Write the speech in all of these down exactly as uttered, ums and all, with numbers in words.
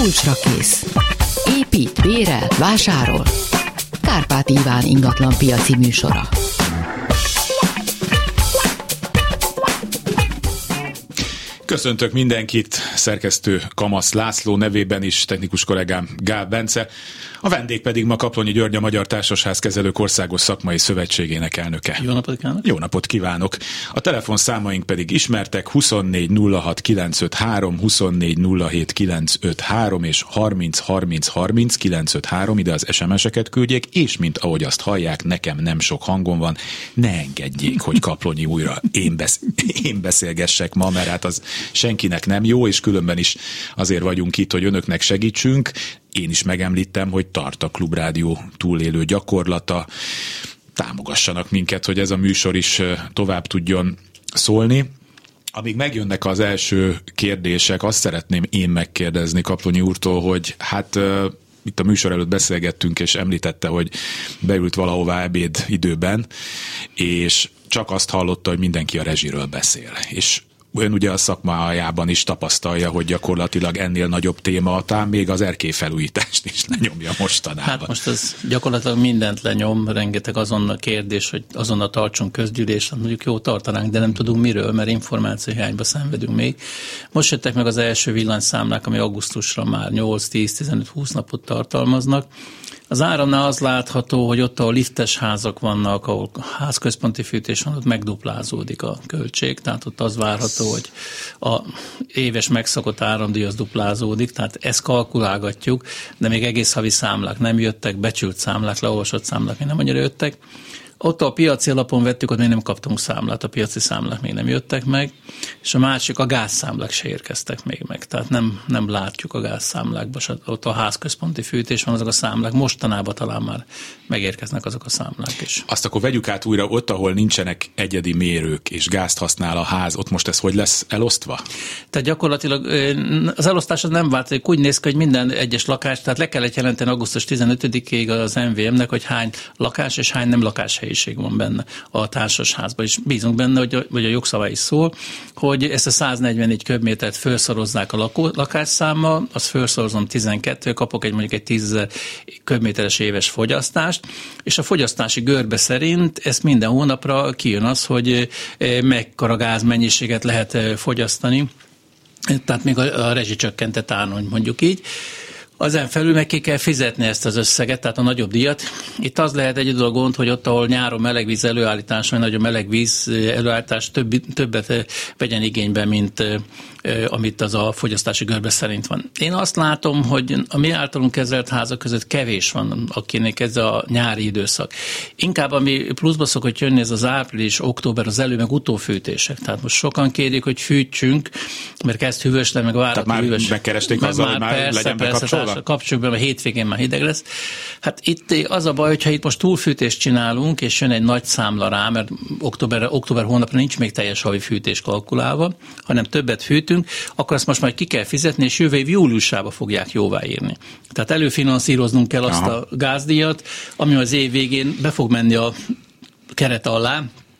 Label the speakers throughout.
Speaker 1: Kulcsra kész. Épít, bérel, vásárol. Kárpát Iván ingatlan piaci műsora.
Speaker 2: Köszöntök mindenkit, szerkesztő Kamasz László nevében is, technikus kollégám Gál Bence, a vendég pedig ma Kaplonyi György, a Magyar Társasházkezelők Országos Szakmai Szövetségének elnöke.
Speaker 3: Jó napot kívánok!
Speaker 2: Jó napot kívánok! A telefonszámaink pedig ismertek: huszonnégy nulla hat kilencszázötvenhárom, huszonnégy nulla hét kilencszázötvenhárom és harminc harminc harminc kilencszázötvenhárom, ide az es em es-eket küldjék, és mint ahogy azt hallják, nekem nem sok hangom van, ne engedjék, hogy Kaplonyi újra én, besz- én beszélgessek ma, mert hát az senkinek nem jó, és különben is azért vagyunk itt, hogy önöknek segítsünk. Én is megemlítem, hogy tart a Klubrádió túlélő gyakorlata. Támogassanak minket, hogy ez a műsor is tovább tudjon szólni. Amíg megjönnek az első kérdések, azt szeretném én megkérdezni Kaplonyi úrtól, hogy hát itt a műsor előtt beszélgettünk, és említette, hogy beült valahová ebéd időben, és csak azt hallotta, hogy mindenki a rezsiről beszél. És ön ugye a szakmájában is tapasztalja, hogy gyakorlatilag ennél nagyobb téma, talán még az erkélyfelújítást is lenyomja mostanában.
Speaker 3: Hát most ez gyakorlatilag mindent lenyom, rengeteg azon a kérdés, hogy azonnal tartsunk közgyűlést, hát mondjuk jó tartanánk, de nem tudunk miről, mert információhiányba szenvedünk még. Most jöttek meg az első villanyszámlák, ami augusztusra már nyolc, tíz, tizenöt, húsz napot tartalmaznak. Az áramnál az látható, hogy ott, ahol liftes házak vannak, ahol házközponti fűtés van, ott megduplázódik a költség, tehát ott az várható, hogy a éves megszokott áramdíj az duplázódik, tehát ezt kalkulálgatjuk, de még egész havi számlák nem jöttek, becsült számlák, leolvasott számlák még nem annyira jöttek. Ott a piaci alapon vettük, ott még nem kaptunk számlát, a piaci számlák még nem jöttek meg, és a másik, a gázszámlák se érkeztek még meg, tehát nem, nem látjuk a gázszámlákba, ott a házközponti fűtés van, azok a számlák, mostanában talán már megérkeznek azok a számlák is.
Speaker 2: Azt akkor vegyük át újra, ott, ahol nincsenek egyedi mérők, és gázt használ a ház, ott most ez hogy lesz elosztva?
Speaker 3: Tehát gyakorlatilag az elosztás az nem változik, úgy néz ki, hogy minden egyes lakás, tehát le kellett jelenteni augusztus tizenötödikéig az em vé em-nek, hogy hány lakás és hány nem lakáshelyiség van benne a társasházban, és bízunk benne, hogy a, hogy a jogszabály is szól, hogy ezt a száznegyvennégy köbmétert felszorozzák a lakó, lakásszámmal, azt felszorozom tizenkettő, kapok egy mondjuk egy tízezer köbméteres éves fogyasztást, és a fogyasztási görbe szerint ez minden hónapra kijön az, hogy mekkora gázmennyiséget lehet fogyasztani, tehát még a, a rezsicsökkentett áron, mondjuk így. Ezen felül meg ki kell fizetni ezt az összeget, tehát a nagyobb díjat. Itt az lehet egyedül a gond, hogy ott, ahol nyáron melegvíz előállítás, vagy nagyon melegvíz előállítás több, többet vegyen igénybe, mint amit az a fogyasztási görbe szerint van. Én azt látom, hogy a mi általunk kezelt házak között kevés van, akinek ez a nyári időszak. Inkább ami pluszba szokott jönni, ez az április, október, az elő, meg utófűtések. Tehát most sokan kérik, hogy fűtsünk, mert kezd hűvös le, meg várható
Speaker 2: már
Speaker 3: hűvös.
Speaker 2: Megkeresték azzal, hogy már
Speaker 3: persze,
Speaker 2: legyen
Speaker 3: persze,
Speaker 2: bekapcsolva?
Speaker 3: Kapcsoljuk be, mert hétvégén már hideg lesz. Hát itt az a baj, hogyha itt most túlfűtést csinálunk, és jön egy nagy számla rá, mert október, október hónapra nincs még teljes havi fűtés kalkulálva, hanem többet fűtünk, akkor azt most majd ki kell fizetni, és jövő év júliusába fogják jóváírni. Tehát előfinanszíroznunk kell azt Aha. a gázdíjat, ami az év végén be fog menni a keret alá,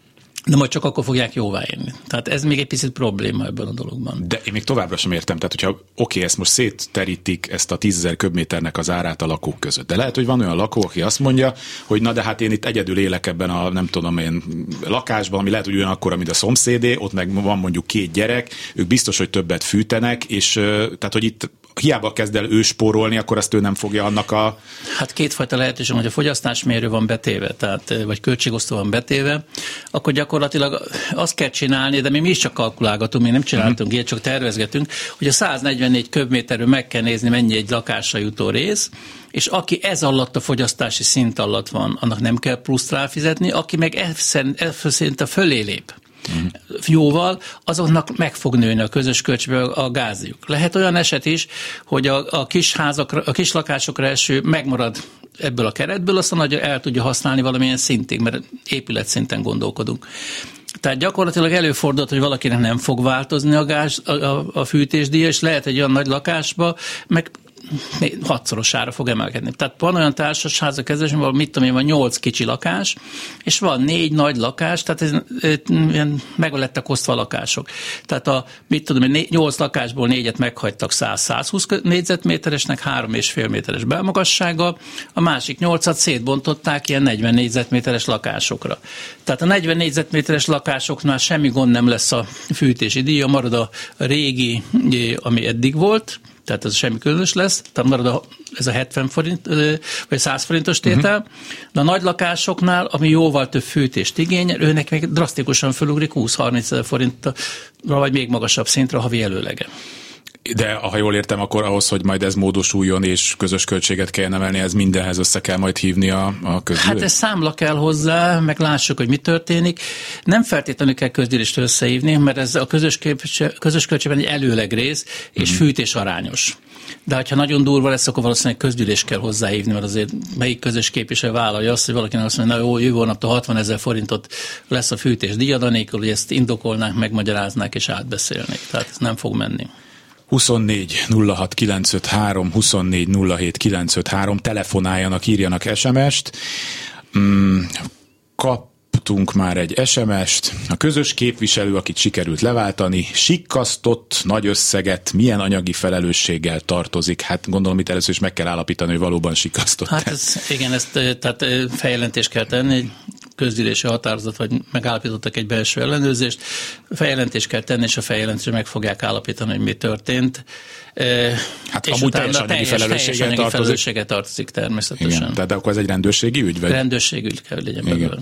Speaker 3: de majd csak akkor fogják jóváírni. Tehát ez még egy picit probléma ebben a dologban.
Speaker 2: De én még továbbra sem értem. Tehát, hogyha oké, ezt most szétterítik, ezt a tízezer köbméternek az árát a lakók között. De lehet, hogy van olyan lakó, aki azt mondja, hogy na de hát én itt egyedül élek ebben a nem tudom én lakásban, ami lehet, hogy ugyanakkora, mint a szomszédé, ott meg van mondjuk két gyerek, ők biztos, hogy többet fűtenek, és tehát, hogy itt hiába kezd el ő spórolni, akkor azt ő nem fogja annak a...
Speaker 3: Hát kétfajta lehetőség, hogy a fogyasztásmérő van betéve, tehát, vagy költségosztó van betéve, akkor gyakorlatilag azt kell csinálni, de mi, mi is csak kalkulálgatunk, mi nem csináltunk uh-huh. ilyet, csak tervezgetünk, hogy a száznegyvennégy köbméterről meg kell nézni, mennyi egy lakásra jutó rész, és aki ez alatt a fogyasztási szint alatt van, annak nem kell pluszt ráfizetni, aki meg e szerint a fölé lép. Uh-huh. jóval, azoknak meg fog nőni a közös költségbe a gázjuk. Lehet olyan eset is, hogy a, a kis házakra, a kis lakásokra eső megmarad ebből a keretből, aztán nagyon el tudja használni valamilyen szintig, mert épületszinten gondolkodunk. Tehát gyakorlatilag előfordult, hogy valakinek nem fog változni a, gáz, a, a, a fűtésdíja, és lehet egy olyan nagy lakásba, meg hatszorosára fog emelkedni. Tehát van olyan társasház a kezelésben, ahol mit tudom én, van nyolc kicsi lakás, és van négy nagy lakás, tehát ez, ilyen meg lettek osztva a lakások. Tehát a, mit tudom én, nyolc lakásból négyet meghagytak száz-százhúsz négyzetméteresnek, három és fél méteres belmagassága, a másik nyolcat szétbontották ilyen negyven négyzetméteres lakásokra. Tehát a negyven négyzetméteres lakásoknál semmi gond nem lesz a fűtési díja, marad a régi, ami eddig volt, tehát ez semmi különös lesz, tehát marad a, ez a hetven forint, vagy száz forintos tétel, uh-huh. de a nagy lakásoknál, ami jóval több fűtést igényel, őnek még drasztikusan fölugrik húsz-harminc ezer forintra, vagy még magasabb szintre a havi előlege.
Speaker 2: De ha jól értem, akkor ahhoz, hogy majd ez módosuljon és közös költséget kell emelni, ez mindenhez össze kell majd hívni a, a közgyűlést? Hát
Speaker 3: ez számla kell hozzá, meg lássuk, hogy mi történik. Nem feltétlenül kell közgyűlést összehívni, mert ez a közös, kép- közös költségben egy előlegrész és mm-hmm. fűtés arányos. De ha nagyon durva lesz, akkor valószínűleg közgyűlést kell hozzáhívni, mert azért melyik közös képviselő vállalja azt, hogy valakinek azt mondja, na jó, jövő hónaptól hatvan ezer forintot lesz a fűtés díjad, anélkül, hogy ezt indokolnák, megmagyaráznák és átbeszélnék. Tehát ez nem fog menni.
Speaker 2: huszonnégy nulla hat kilencszázötvenhárom, huszonnégy nulla hét kilencszázötvenhárom, telefonáljanak, írjanak es em est. Mm, kaptunk már egy es em est. A közös képviselő, akit sikerült leváltani, sikkasztott nagy összeget, milyen anyagi felelősséggel tartozik? Hát gondolom, itt először is meg kell állapítani, hogy valóban sikkasztott.
Speaker 3: Hát ez, igen, ezt tehát feljelentést kell tenni, közgyűlési határozat, vagy megállapítottak egy belső ellenőrzést, feljelentést kell tenni, és a feljelentésre meg fogják állapítani, hogy mi történt.
Speaker 2: Hát amúgy teljes anyagi felelősséggel tartozik.
Speaker 3: felelősséggel tartozik természetesen.
Speaker 2: Igen, tehát akkor ez egy rendőrségi ügy? Vagy?
Speaker 3: Rendőrségi ügy kell, hogy legyen belőle.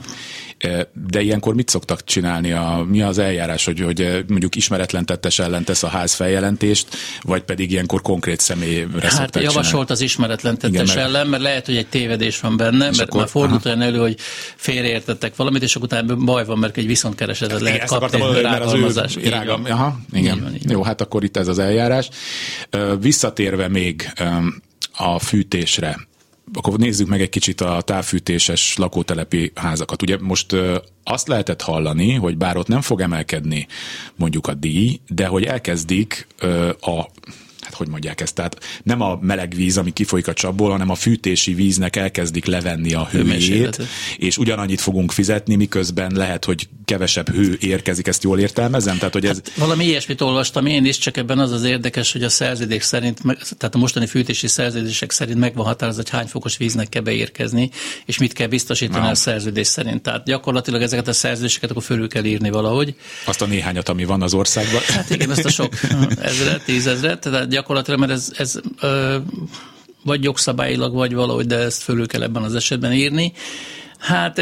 Speaker 2: De ilyenkor mit szoktak csinálni? A, mi az eljárás, hogy, hogy mondjuk ismeretlen tettes ellen tesz a ház feljelentést, vagy pedig ilyenkor konkrét személyre
Speaker 3: hát
Speaker 2: szokták
Speaker 3: javasolt
Speaker 2: csinálni?
Speaker 3: Az ismeretlen tettes igen, ellen, mert lehet, hogy egy tévedés van benne, mert
Speaker 2: akkor,
Speaker 3: már fordult olyan elő, hogy félreértettek valamit, és akkor utána baj van, mert egy viszontkeresetet lehet
Speaker 2: igen,
Speaker 3: kapni.
Speaker 2: Mondani, mert az ő irága, aha, igen. Így van, így jó, hát akkor itt ez az eljárás. Visszatérve még a fűtésre, akkor nézzük meg egy kicsit a távfűtéses lakótelepi házakat. Ugye most azt lehetett hallani, hogy bár ott nem fog emelkedni mondjuk a díj, de hogy elkezdik a hát hogy mondják ezt, tehát nem a meleg víz, ami kifolyik a csapból, hanem a fűtési víznek elkezdik levenni a hőjét, és ugyanannyit fogunk fizetni, miközben lehet, hogy kevesebb hő érkezik, ezt jól értelmezem? Tehát, hogy ez...
Speaker 3: hát valami ilyesmit olvastam én is, csak ebben az az érdekes, hogy a szerződés szerint, tehát a mostani fűtési szerződések szerint meg van határozva, hogy hány fokos víznek kell beérkezni, és mit kell biztosítani no. a szerződés szerint. Tehát gyakorlatilag ezeket a szerződéseket akkor fölül kell írni valahogy.
Speaker 2: Azt a néhányat, ami van az országban.
Speaker 3: Hát igen, azt a sok ezret, tízezret, tehát gyakorlatilag, mert ez, ez ö, vagy jogszabályilag, vagy valahogy, de ezt fölül kell ebben az esetben írni. Hát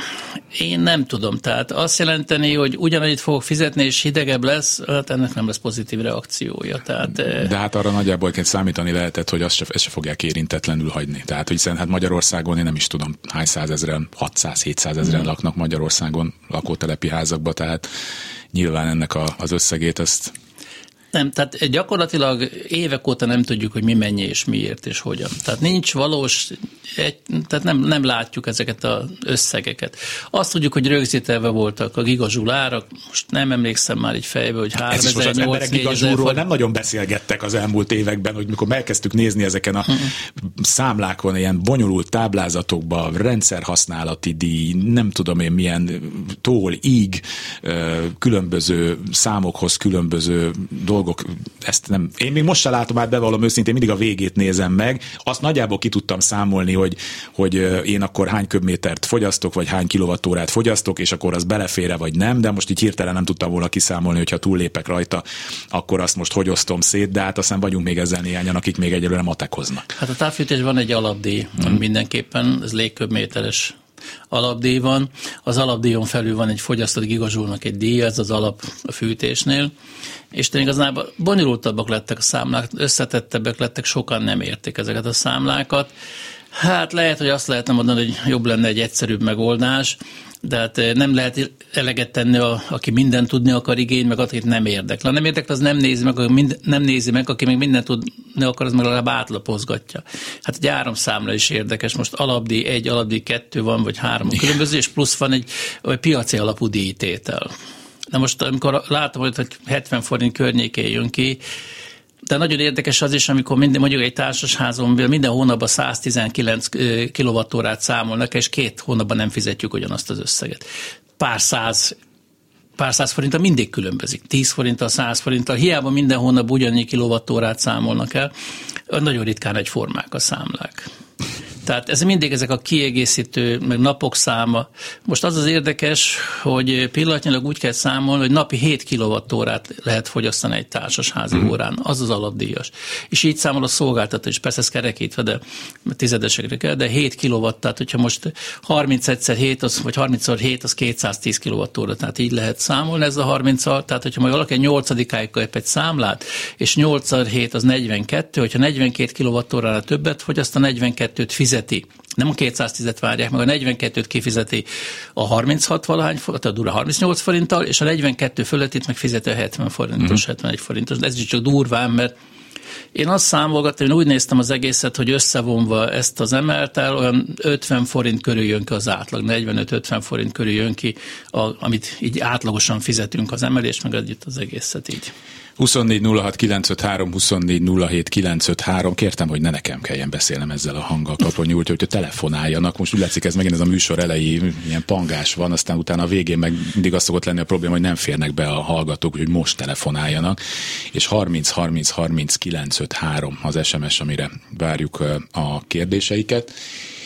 Speaker 3: én nem tudom, tehát azt jelenteni, hogy ugyanannyit fogok fizetni, és hidegebb lesz, hát ennek nem lesz pozitív reakciója. Tehát,
Speaker 2: de hát arra nagyjából kell számítani lehetett, hogy azt se, ezt se fogják érintetlenül hagyni. Tehát, hiszen hát Magyarországon én nem is tudom, hány százezren, hatszáz-hétszázezren hmm. laknak Magyarországon lakótelepi házakba, tehát nyilván ennek a, az összegét ezt...
Speaker 3: Nem, tehát gyakorlatilag évek óta nem tudjuk, hogy mi mennyi és miért és hogyan. Tehát nincs valós, egy, tehát nem, nem látjuk ezeket az összegeket. Azt tudjuk, hogy rögzítelve voltak a gigazsúl árak, most nem emlékszem már így fejbe, hogy háromezer-nyolcszáz
Speaker 2: nem nagyon beszélgettek az elmúlt években, hogy mikor elkezdtük nézni ezeken a hmm. számlákon, ilyen bonyolult táblázatokban, rendszerhasználati díj, nem tudom én milyen tól, íg, különböző számokhoz különböző dolgok, ezt nem, én még most se látom, át bevallom őszintén, mindig a végét nézem meg. Azt nagyjából ki tudtam számolni, hogy, hogy én akkor hány köbmétert fogyasztok, vagy hány kilovattórát fogyasztok, és akkor az belefér-e, vagy nem, de most így hirtelen nem tudtam volna kiszámolni, hogyha túllépek rajta, akkor azt most hogy osztom szét, de hát aztán vagyunk még ezzel néhányan, akik még egyelőre matekoznak.
Speaker 3: Hát a távfűtés van egy alapdíj, hmm. mindenképpen, ez légköbméteres alapdíj van. Az alapdíjon felül van egy fogyasztott gigazsúlnak egy díj, ez az alap a fűtésnél, és tényleg igazából bonyolultabbak lettek a számlák, összetettebbek lettek, sokan nem értik ezeket a számlákat. Hát lehet, hogy azt lehetne mondani, hogy jobb lenne egy egyszerűbb megoldás, de hát nem lehet eleget tenni, a, aki mindent tudni akar igény, meg akit nem érdekli. Ha nem érdekli, az nem nézi meg, mind, nem nézi meg, aki meg mindent tudni akar, az meg legalább átlapozgatja. Hát egy áramszámla is érdekes. Most alapdíj egy, alapdíj kettő van, vagy három a különböző, és plusz van egy, egy piaci alapú díjtétel. Na most, amikor látom, hogy hetven forint környékén jön ki, De nagyon érdekes az is, amikor minden, mondjuk egy társasházon minden hónapban száztizenkilenc kilowattórát számolnak, és két hónapban nem fizetjük ugyanazt az összeget. Pár száz Pár száz forinttal mindig különbözik. tíz forinttal, száz forinttal, hiába minden hónap ugyannyi kilowattórát számolnak el, nagyon ritkán egyformák a számlák. Tehát ez mindig ezek a kiegészítő, meg napok száma. Most az az érdekes, hogy pillanatnyilag úgy kell számolni, hogy napi hét kilowattórát lehet fogyasztani egy társasházi mm. órán. Az az alapdíjas. És így számol a szolgáltató is. Persze ez kerekítve, de tizedesekre kell, de hét kilowatt, tehát hogyha most harminc egyszer hét, az, vagy harmincszor hét, az kétszáztíz kilowattóra. Tehát így lehet számolni ez a harminccal. Tehát hogyha majd valaki nyolcadikáig kap egy számlát, és nyolcszor hét az negyvenkettő, hogyha negyvenkét kilowattórára többet fogyaszt, a negyvenkettőt fizeti. Nem a kétszáztízet várják, meg a negyvenkettőt kifizeti a harminchat valahány, a durva harmincnyolc forinttal, és a negyvenkettő fölöttit meg fizeti a hetven forintos, uh-huh. hetvenegy forintos. De ez is csak durván, mert én azt számolgattam, én úgy néztem az egészet, hogy összevonva ezt az emeltel, olyan ötven forint körül jön ki az átlag, negyvenöt-ötven forint körül jön ki, a, amit így átlagosan fizetünk az emelés, meg együtt az egészet így.
Speaker 2: huszonnégy nulla hat kilencszázötvenhárom, huszonnégy nulla hét kilencszázötvenhárom. Kértem, hogy ne nekem kelljen beszélnem ezzel a hanggal, Kaponyi úr, hogy telefonáljanak. Most úgy látszik, ez megint ez a műsor elejé ilyen pangás van, aztán utána a végén meg mindig az szokott lenni a probléma, hogy nem férnek be a hallgatók, hogy most telefonáljanak. És harminc harminc harminc kilencszázötvenhárom az es em es, amire várjuk a kérdéseiket.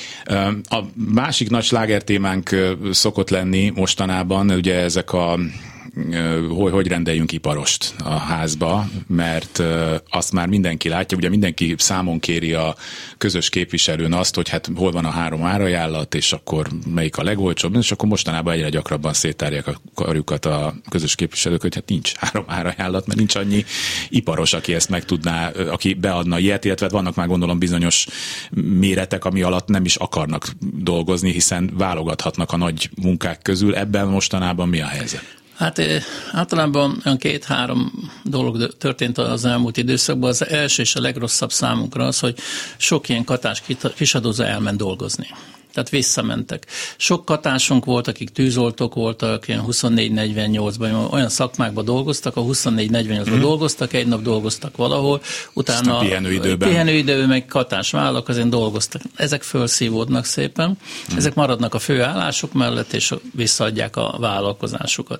Speaker 2: A másik nagy slágertémánk szokott lenni mostanában, ugye ezek a hogy, hogy rendeljünk iparost a házba, mert azt már mindenki látja, ugye mindenki számon kéri a közös képviselőn azt, hogy hát hol van a három árajánlat, és akkor melyik a legolcsóbb, és akkor mostanában egyre gyakrabban széttárják a karjukat a közös képviselők, hogy hát nincs három árajánlat, mert nincs annyi iparos, aki ezt meg tudná, aki beadna ilyet, illetve vannak már gondolom bizonyos méretek, ami alatt nem is akarnak dolgozni, hiszen válogathatnak a nagy munkák közül. Ebben mostanában mi a helyzet?
Speaker 3: Hát általában olyan két-három dolog történt az elmúlt időszakban. Az első és a legrosszabb számunkra az, hogy sok ilyen katás kisadózó elment dolgozni. Tehát visszamentek. Sok katásunk volt, akik tűzoltók voltak, ilyen huszonnégy negyvennyolcban, olyan szakmákban dolgoztak, a huszonnégy negyvennyolcban mm. dolgoztak, egy nap dolgoztak valahol, utána
Speaker 2: pihenőidőben.
Speaker 3: pihenőidőben meg katás vállalak, azért dolgoztak. Ezek felszívódnak szépen, mm. ezek maradnak a főállások mellett, és visszaadják a vállalkozásukat.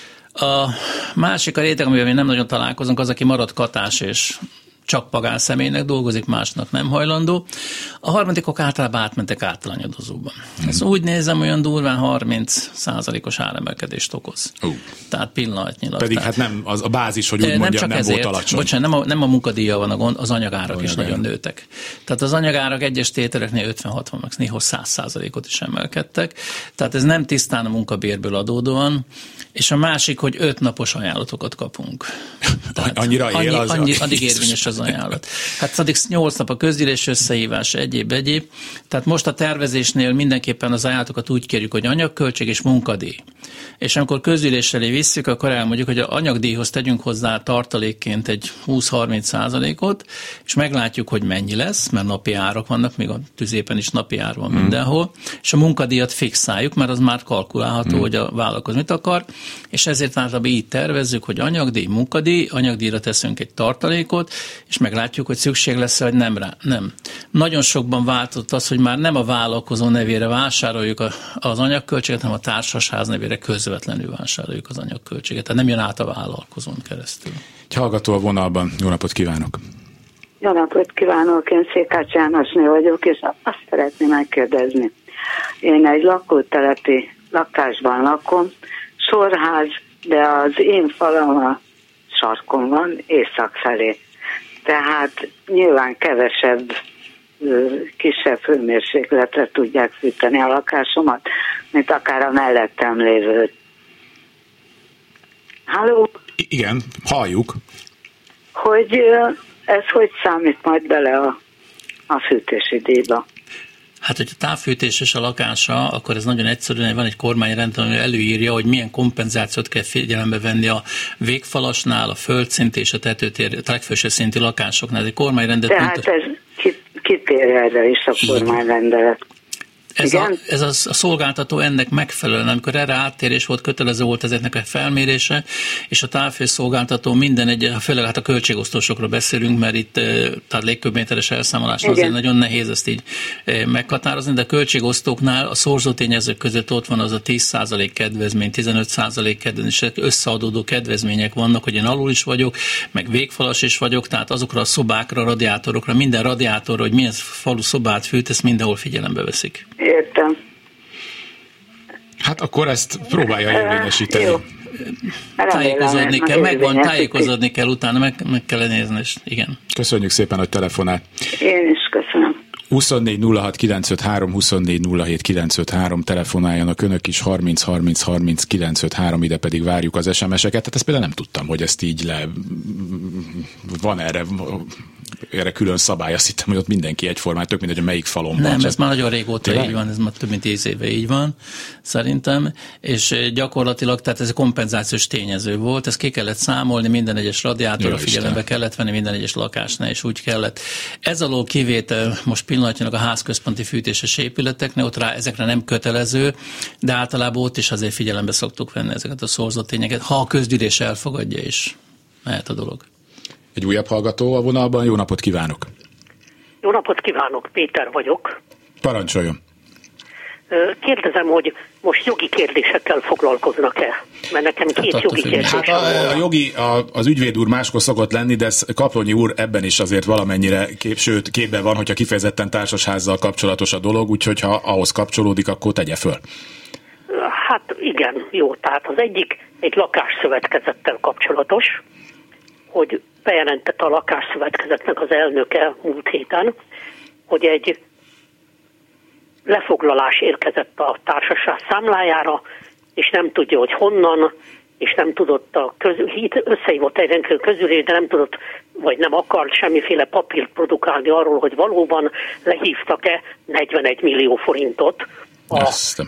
Speaker 3: A másik a réteg, amivel nem nagyon találkozunk, az, aki marad katás és csak magánszemélynek dolgozik, másnak nem hajlandó. A harmadikok általában átmentek általányadozóban. Mm. Ezt úgy nézem, olyan durván harminc százalékos áremelkedést okoz. Uh. Tehát pillanatnyilag.
Speaker 2: Pedig
Speaker 3: tehát,
Speaker 2: hát nem az a bázis, hogy úgy mondjam, nem, nem
Speaker 3: ezért,
Speaker 2: volt alacsony.
Speaker 3: Bocsánat, nem a, nem a munkadíja van a gond, az anyagárak Anyag is nagyon nőtek. Tehát az anyagárak egyes tételeknél ötven-hatvan, meg néha száz százalékot is emelkedtek. Tehát ez nem tisztán a munkabérből adódóan. És a másik, hogy öt napos ajánlatokat kapunk. Tehát
Speaker 2: annyira él az?
Speaker 3: Annyi, addig érvényes az ajánlat. Hát addig nyolc nap a közgyűlés összehívás, egyéb, egyéb. Tehát most a tervezésnél mindenképpen az ajánlatokat úgy kérjük, hogy anyagköltség és munkadíj. És amikor közgyűlés elé visszük, akkor elmondjuk, hogy a anyagdíjhoz tegyünk hozzá tartalékként egy húsz-harminc százalékot, és meglátjuk, hogy mennyi lesz, mert napi árak vannak, még a tüzépen is napi ár van mm. mindenhol, és a munkadíjat fixáljuk, mert az már kalkulálható, mm. hogy a vállalkozó mit akar, és ezért általában így tervezzük, hogy anyagdíj, munkadíj, anyagdíjra teszünk egy tartalékot, és meglátjuk, hogy szükség lesz, vagy nem rá. Nem. Nagyon sokban változott az, hogy már nem a vállalkozó nevére vásároljuk a, az anyagköltséget, hanem a társasház nevére közvetlenül vásároljuk az anyagköltséget. Tehát nem jön át a vállalkozón keresztül. Egy
Speaker 2: hallgató a vonalban. Jó napot kívánok!
Speaker 4: Jó napot kívánok! Én Székács Jánosné vagyok, és azt szeretném megkérdezni. Én egy lakótelepi lakásban lakom, sorház, de az én falam a sarkon van, észak felé. Tehát nyilván kevesebb, kisebb hőmérsékletre tudják fűteni a lakásomat, mint akár a mellettem lévő. Halló?
Speaker 2: Igen, halljuk.
Speaker 4: Hogy ez hogy számít majd bele a, a fűtési díjba?
Speaker 3: Hát, hogyha távfűtéses a lakása, akkor ez nagyon egyszerű, hogy van egy kormányrend, ami előírja, hogy milyen kompenzációt kell figyelembe venni a végfalasnál, a földszint és a tetőtér, a legfelső szintű lakásoknál. Ez egy kormányrendet.
Speaker 4: Tehát ez kitér erre is a kormányrendelet.
Speaker 3: Ez, a, ez a, a szolgáltató ennek megfelelően, amikor erre áttérés volt, kötelező volt ezeknek a felmérése, és a távhőszolgáltató minden egy, főleg hát a költségosztósokról beszélünk, mert itt tehát légköbméteres elszámolás azért nagyon nehéz ezt így meghatározni, de a költségosztóknál a szorzótényezők között ott van az a tíz százalék kedvezmény, tizenöt százalék kedvezmény, és összeadódó kedvezmények vannak, hogy én alul is vagyok, meg végfalas is vagyok, tehát azokra a szobákra, radiátorokra, minden radiátorra, hogy milyen falu szobát fűt, ezt mindenhol figyelembe veszik.
Speaker 4: Értem.
Speaker 2: Hát akkor ezt próbálja érvényesíteni.
Speaker 4: Jó.
Speaker 3: Tájékozódni kell, megvan, tájékozódni kell, utána meg, meg kell nézni, és igen.
Speaker 2: Köszönjük szépen, hogy telefonál.
Speaker 4: Én is köszönöm.
Speaker 2: huszonnégy nulla hat kilencszázötvenhárom, huszonnégy nulla hét kilencszázötvenhárom, telefonáljanak önök is, harminc harminc harminc kilencszázötvenhárom, ide pedig várjuk az es em eseket. Tehát ezt például nem tudtam, hogy ezt így le... Van erre... erre külön szabály, azt hittem, hogy ott mindenki egyformán, tök mindegy, hogy melyik falon van.
Speaker 3: Nem,
Speaker 2: csak...
Speaker 3: ez már nagyon régóta
Speaker 2: Tényleg?
Speaker 3: így van, ez már több mint tíz éve így van, szerintem, és gyakorlatilag, tehát ez egy kompenzációs tényező volt, ezt ki kellett számolni, minden egyes radiátorra figyelembe kellett venni, minden egyes lakásnál, és úgy kellett. Ez alól kivétel most pillanatnyilag a házközponti fűtéses épületeknél, ott rá ezekre nem kötelező, de általában ott is azért figyelembe szoktuk venni ezeket a szorzott tényeket, ha a közgyűlés elfogadja is, mehet a dolog.
Speaker 2: Egy újabb hallgató a vonalban, jó napot kívánok!
Speaker 5: Jó napot kívánok, Péter vagyok.
Speaker 2: Parancsoljon!
Speaker 5: Kérdezem, hogy most jogi kérdésekkel foglalkoznak-e? Mert nekem két hát jogi kérdésem
Speaker 2: Hát a, a jogi, a, az ügyvéd úr máskor szokott lenni, de Kaplonyi úr ebben is azért valamennyire kép, sőt, képben van, hogyha kifejezetten társasházzal kapcsolatos a dolog, úgyhogy ha ahhoz kapcsolódik, akkor tegye föl.
Speaker 5: Hát igen, jó. Tehát az egyik egy lakásszövetkezettel kapcsolatos, hogy bejelentett a lakásszövetkezetnek az elnöke múlt héten, hogy egy lefoglalás érkezett a társaság számlájára, és nem tudja, hogy honnan, és nem tudott a közül, összehívott egy rendkívül közülés, de nem tudott, vagy nem akart semmiféle papírt produkálni arról, hogy valóban lehívtak-e negyvenegy millió forintot a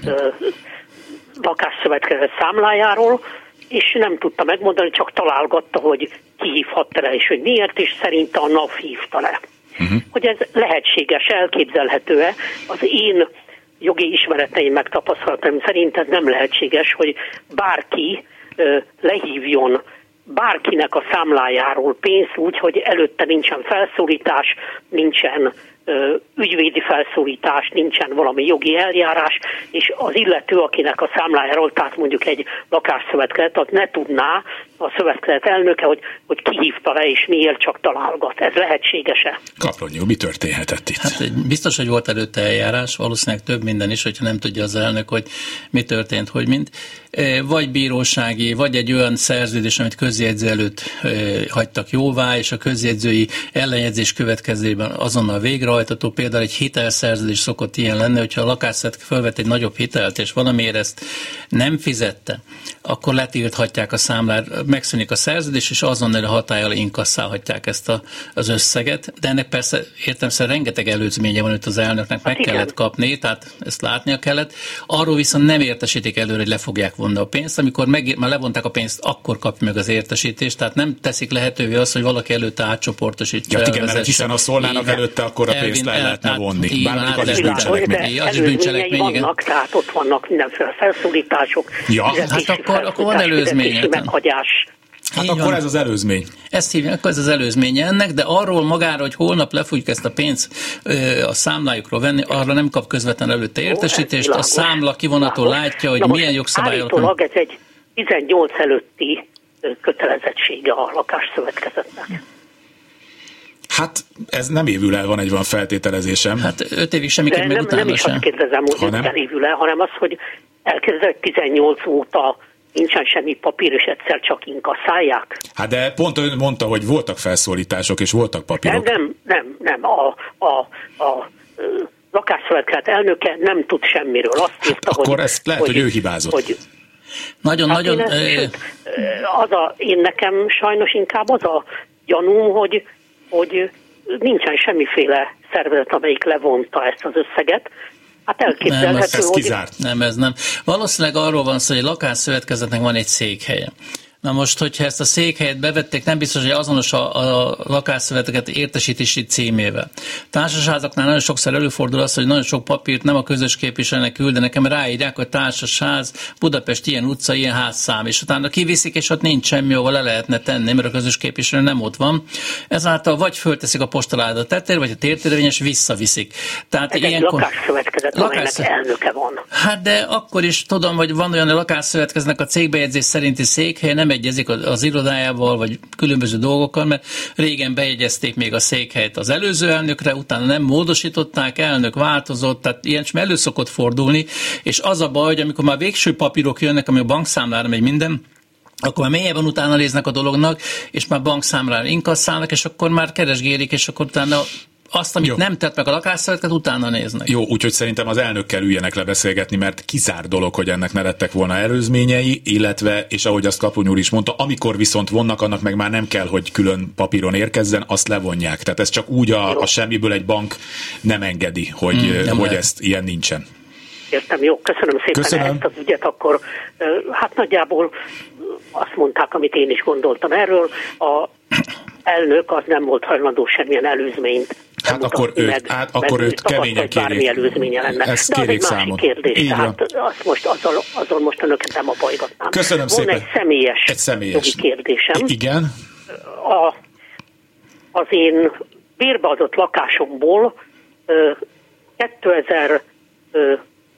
Speaker 5: lakásszövetkezet számlájáról, és nem tudta megmondani, csak találgatta, hogy ki hívhatta le, és hogy miért, és szerinte a NAV hívta le. Uh-huh. Hogy ez lehetséges, elképzelhető-e? Az én jogi ismereteim, meg tapasztalataim szerint ez nem lehetséges, hogy bárki ö, lehívjon bárkinek a számlájáról pénzt úgy, hogy előtte nincsen felszólítás, nincsen ö, ügyvédi felszólítás, nincsen valami jogi eljárás, és az illető, akinek a számlájáról, tehát mondjuk egy lakásszövetkezet, az ne tudná a szövetkezet elnöke, hogy, hogy ki hívta le, és miért csak találgat. Ez lehetséges-e?
Speaker 2: Kaplonyi, mi történhetett itt?
Speaker 3: Hát biztos, hogy volt előtte eljárás, valószínűleg több minden is, hogyha nem tudja az elnök, hogy mi történt, hogy mint. Vagy bírósági, vagy egy olyan szerződés, amit közjegyző előtt hagytak jóvá, és a közjegyzői ellenjegyzés következtében azonnal végrehajtható. Például egy hitelszerződés szokott ilyen lenni, hogyha a lakásszövet felvett egy nagyobb hitelt, és valamiért ezt nem fizette, akkor letilthatják a számlát, megszűnik a szerződés, és azonnal a hatállyal inkasszálhatják ezt a, az összeget. De ennek persze értelemszerűen rengeteg előzménye van, hogy az elnöknek meg hát kellett kapni, tehát ezt látnia kellett. Arról viszont nem értesítik előre, hogy le fogják vonni a pénzt. Amikor meg, már levonták a pénzt, akkor kapja meg az értesítést, tehát nem teszik lehetővé azt, hogy valaki előtte átcsoportosítsa.
Speaker 2: Ja, igen, mert hiszen ha szólnának előtte, akkor a pénzt el lehetne vonni.
Speaker 3: Bármikor az is bűncselekmény. Az is bűncselekmény, igen.
Speaker 5: Vannak, tehát ott vannak mindenféle felszólítások.
Speaker 2: Ja,
Speaker 3: hát akkor, akkor van előzmény.
Speaker 5: Meghagyás.
Speaker 2: Hát akkor van. Ez az előzmény.
Speaker 3: Ezt hívják, akkor ez az előzmény ennek, de arról magára, hogy holnap le fogjuk ezt a pénzt ö, a számlájukról venni, arra nem kap közvetlenül előtte értesítést. A számla kivonatól látja, hogy milyen jogszabályok.
Speaker 5: Állítólag ez egy tizennyolc előtti kötelezettsége a lakásszövetkezetnek.
Speaker 2: Hát ez nem évül el, van egy van feltételezésem.
Speaker 3: Hát öt évig semmiképp meg utána
Speaker 5: nem is
Speaker 3: sem.
Speaker 5: azt kérdezem, hogy nem évül el, hanem az, hogy elkezdett tizennyolc óta nincsen semmi papír, és egyszer csak inkasszálják.
Speaker 2: Hát de pont ön mondta, hogy voltak felszólítások, és voltak papírok.
Speaker 5: Nem, nem, nem, nem. A, a, a, a lakásszövetkezet elnöke nem tud semmiről. Azt
Speaker 2: hát
Speaker 5: írta,
Speaker 2: akkor
Speaker 5: hogy,
Speaker 2: ezt lehet, hogy, hogy ő hibázott. Hogy,
Speaker 3: nagyon, hát nagyon...
Speaker 5: Én, ezt, sőt, az a, én nekem sajnos inkább az a gyanúm, hogy, hogy nincsen semmiféle szervezet, amelyik levonta ezt az összeget. Hát elképzelhető,
Speaker 3: nem, ez
Speaker 5: hogy...
Speaker 2: kizárt.
Speaker 3: Nem, ez nem. Valószínűleg arról van szó, hogy a lakásszövetkezetnek van egy székhelye. Na most, hogyha ezt a székhelyet bevették, nem biztos, hogy azonos a, a lakásszöveteket értesítési címével. Társasházaknál nagyon sokszor előfordul az, hogy nagyon sok papírt nem a közös képviselőnek küldenek, hanem ráírják, hogy társasház, Budapest ilyen utca, ilyen házszám, és utána kiviszik, és ott nincs semmi, ahol le lehetne tenni, mert a közös képviselő nem ott van. Ezáltal vagy fölteszik a postaláda tettér, vagy a tértérvényes visszaviszik. Tehát
Speaker 5: Ez
Speaker 3: ilyenkor...
Speaker 5: egy lakásszövetkezet, amelynek elnöke van.
Speaker 3: Hát de akkor is tudom, hogy van olyan, a lakásszövetkeznek a cégbejegyzés szerinti székhelye nem egyezik az irodájával, vagy különböző dolgokkal, mert régen bejegyezték még a székhelyet az előző elnökre, utána nem módosították, elnök változott, tehát ilyen sem elő szokott fordulni, és az a baj, hogy amikor már végső papírok jönnek, ami a bankszámlára megy minden, akkor már mélyebben utána néznek a dolognak, és már bankszámlára inkasszálnak, és akkor már keresgélik, és akkor utána azt, amit Jó. nem tett meg a lakásszövetket, utána néznek.
Speaker 2: Jó, úgyhogy szerintem az elnökkel üljenek le beszélgetni, mert kizár dolog, hogy ennek ne lettek volna előzményei, illetve, és ahogy azt Kapony úr is mondta, amikor viszont vonnak, annak meg már nem kell, hogy külön papíron érkezzen, azt levonják. Tehát ez csak úgy a, a semmiből egy bank nem engedi, hogy, mm, hogy ezt ilyen nincsen.
Speaker 5: Értem, jó, köszönöm szépen köszönöm. Ezt az ügyet, akkor hát nagyjából azt mondták, amit én is gondoltam erről, a elnök az nem volt hajlandó semmilyen előzményt.
Speaker 2: Hát akkor őt, meg, hát akkor őt keményen kérjék.
Speaker 5: Előzménye lenne.
Speaker 2: Ezt
Speaker 5: de az egy
Speaker 2: számon.
Speaker 5: másik kérdés. Tehát azt most, azzal, azzal most önöket nem abajgatnám.
Speaker 2: Köszönöm
Speaker 5: Van
Speaker 2: szépen.
Speaker 5: egy személyes,
Speaker 2: egy személyes
Speaker 5: jogi kérdésem.
Speaker 2: Igen.
Speaker 5: A, az én bérbeadott lakásomból kétezer-húsz,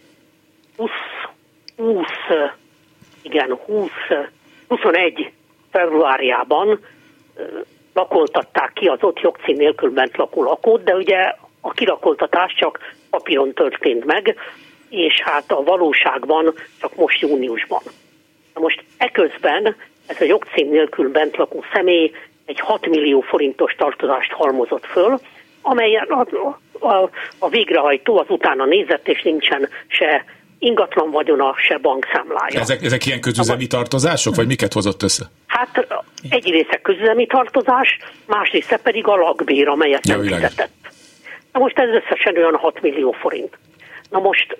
Speaker 5: igen, húsz, huszonegy februárjában lakoltatták ki az ott jogcím nélkül bent lakó lakót, de ugye a kirakoltatás csak papíron történt meg, és hát a valóságban csak most júniusban. Na most eközben ez a jogcím nélkül bent lakó személy egy hat millió forintos tartozást halmozott föl, amelyen a, a, a végrehajtó az utána nézett, és nincsen se ingatlan vagyona, se bankszámlája.
Speaker 2: Ezek, ezek ilyen közüzemi tartozások, vagy miket hozott össze?
Speaker 5: Hát egy része közüzemi tartozás, más része pedig a lakbér, amelyet nem fizetett. Na most ez összesen olyan hat millió forint. Na most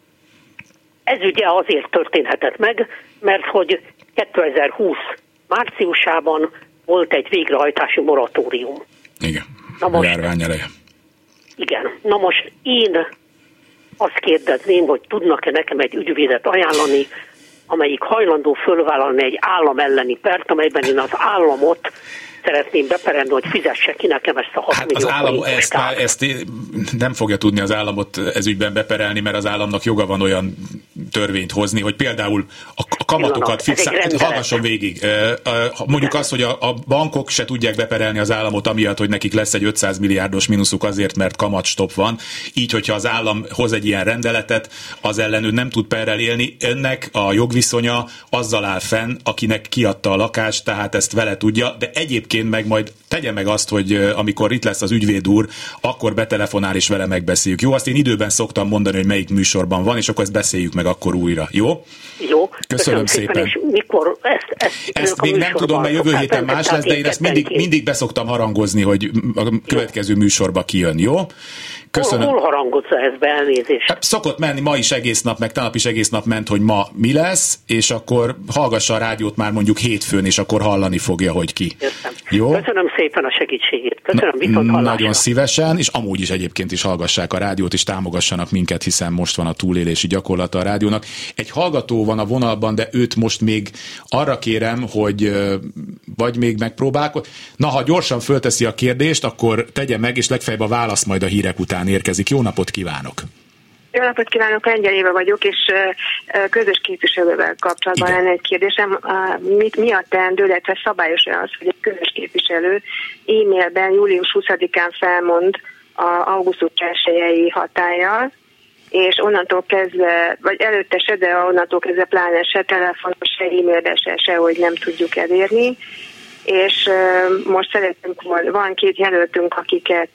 Speaker 5: ez ugye azért történhetett meg, mert hogy kétezer-húsz márciusában volt egy végrehajtási moratórium.
Speaker 2: Igen,
Speaker 5: na most,
Speaker 2: a járvány eleje.
Speaker 5: Igen, na most én azt kérdezném, hogy tudnak-e nekem egy ügyvédet ajánlani, amelyik hajlandó fölvállalni egy állam elleni pert, amelyben én az államot szeretném beperelni, hogy fizesse ki nekem ezt a hat
Speaker 2: hát
Speaker 5: millió
Speaker 2: az állam
Speaker 5: forintos
Speaker 2: ezt, már, ezt nem fogja tudni az államot ez ügyben beperelni, mert az államnak joga van olyan törvényt hozni, hogy például a kamatokat fixálni, hallgasson végig. Mondjuk azt, hogy a, a bankok se tudják beperelni az államot amiatt, hogy nekik lesz egy ötszáz milliárdos mínuszuk azért, mert kamatstop van. Így, hogyha az állam hoz egy ilyen rendeletet, az ellen ő nem tud perrel élni. Önnek a jogviszonya azzal áll fenn, akinek kiadta a lakást, tehát ezt vele tudja, de egyébként meg majd tegye meg azt, hogy amikor itt lesz az ügyvéd úr, akkor betelefonál és vele megbeszéljük. Jó, azt én időben szoktam mondani, hogy melyik műsorban van, és akkor ezt beszéljük meg akkor újra. Jó?
Speaker 5: Jó.
Speaker 2: Köszönöm,
Speaker 5: Köszönöm szépen. szépen. És mikor ezt, ezt,
Speaker 2: ezt még nem tudom, mert jövő héten más lesz, de én ezt mindig, mindig beszoktam harangozni, hogy a következő műsorba kijön. Jó? Köszönöm.
Speaker 5: Hol, hol harangozza ez be, elnézést?
Speaker 2: Hát szokott menni ma is egész nap, meg tegnap is egész nap ment, hogy ma mi lesz, és akkor hallgassa a rádiót már mondjuk hétfőn, és akkor hallani fogja, hogy ki.
Speaker 5: Értem.
Speaker 2: Jó?
Speaker 5: Köszönöm szépen a segítségét. Köszönöm, viszont hallásra.
Speaker 2: Nagyon szívesen, és amúgy is egyébként is hallgassák a rádiót, és támogassanak minket, hiszen most van a túlélési gyakorlata a rádiónak. Egy hallgató van a vonalban, de őt most még arra kérem, hogy vagy még megpróbálkod. Na, ha gyorsan fölteszi a kérdést, akkor tegye meg, és legfeljebb a válasz majd a hírek után érkezik. Jó napot kívánok!
Speaker 6: Jó napot kívánok, Lengyel Éva vagyok, és közös képviselővel kapcsolatban lenne egy kérdésem. Mit, mi a teendő, illetve szabályos az, hogy egy közös képviselő e-mailben július huszadikán felmond a augusztus elsejei hatállyal, és onnantól kezdve, vagy előtte se, de onnantól kezdve pláne se telefonon, se e-mailben se, se, hogy nem tudjuk elérni. És most szeretünk, van két jelöltünk, akiket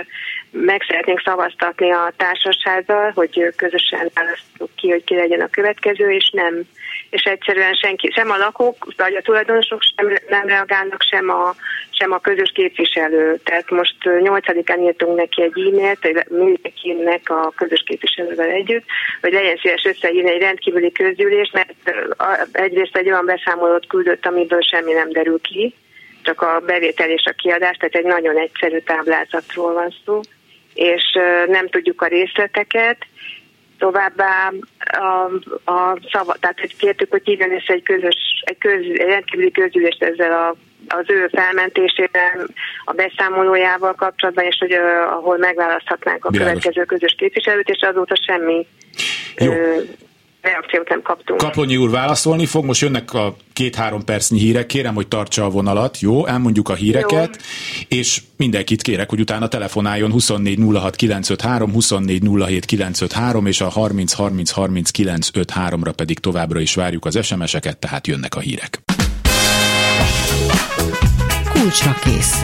Speaker 6: meg szeretnénk szavaztatni a társasházzal, hogy közösen választjuk ki, hogy ki legyen a következő, és nem, és egyszerűen senki, sem a lakók, vagy a tulajdonosok sem nem reagálnak, sem a, sem a közös képviselő. Tehát most nyolcadikán írtunk neki egy e-mailt, mindenkinek a közös képviselővel együtt, hogy legyen szíves összeírni egy rendkívüli közgyűlést, mert egyrészt egy olyan beszámolót küldött, amiből semmi nem derül ki, csak a bevétel és a kiadás, tehát egy nagyon egyszerű táblázatról van szó, és nem tudjuk a részleteket. Továbbá a, a szava, tehát hogy kértük, hogy hívjon össze egy közös, egy, köz, egy rendkívüli közgyűlést ezzel a, az ő felmentésében, a beszámolójával kapcsolatban, és hogy uh, ahol megválaszthatnánk a Bilágos. Következő közös képviselőt, és azóta semmi Jó. Uh, reakciót nem kaptunk.
Speaker 2: Kaplonyi úr válaszolni fog, most jönnek a két-három percnyi hírek, kérem, hogy tartsa a vonalat, jó? Elmondjuk a híreket, jó. És mindenkit kérek, hogy utána telefonáljon huszonnégy nulla hat kilenc öt három, huszonnégy nulla hét kilenc öt három, és a harminc harminc harminc kilenc öt háromra pedig továbbra is várjuk az es em eseket, tehát jönnek a hírek.
Speaker 1: Kulcsra kész.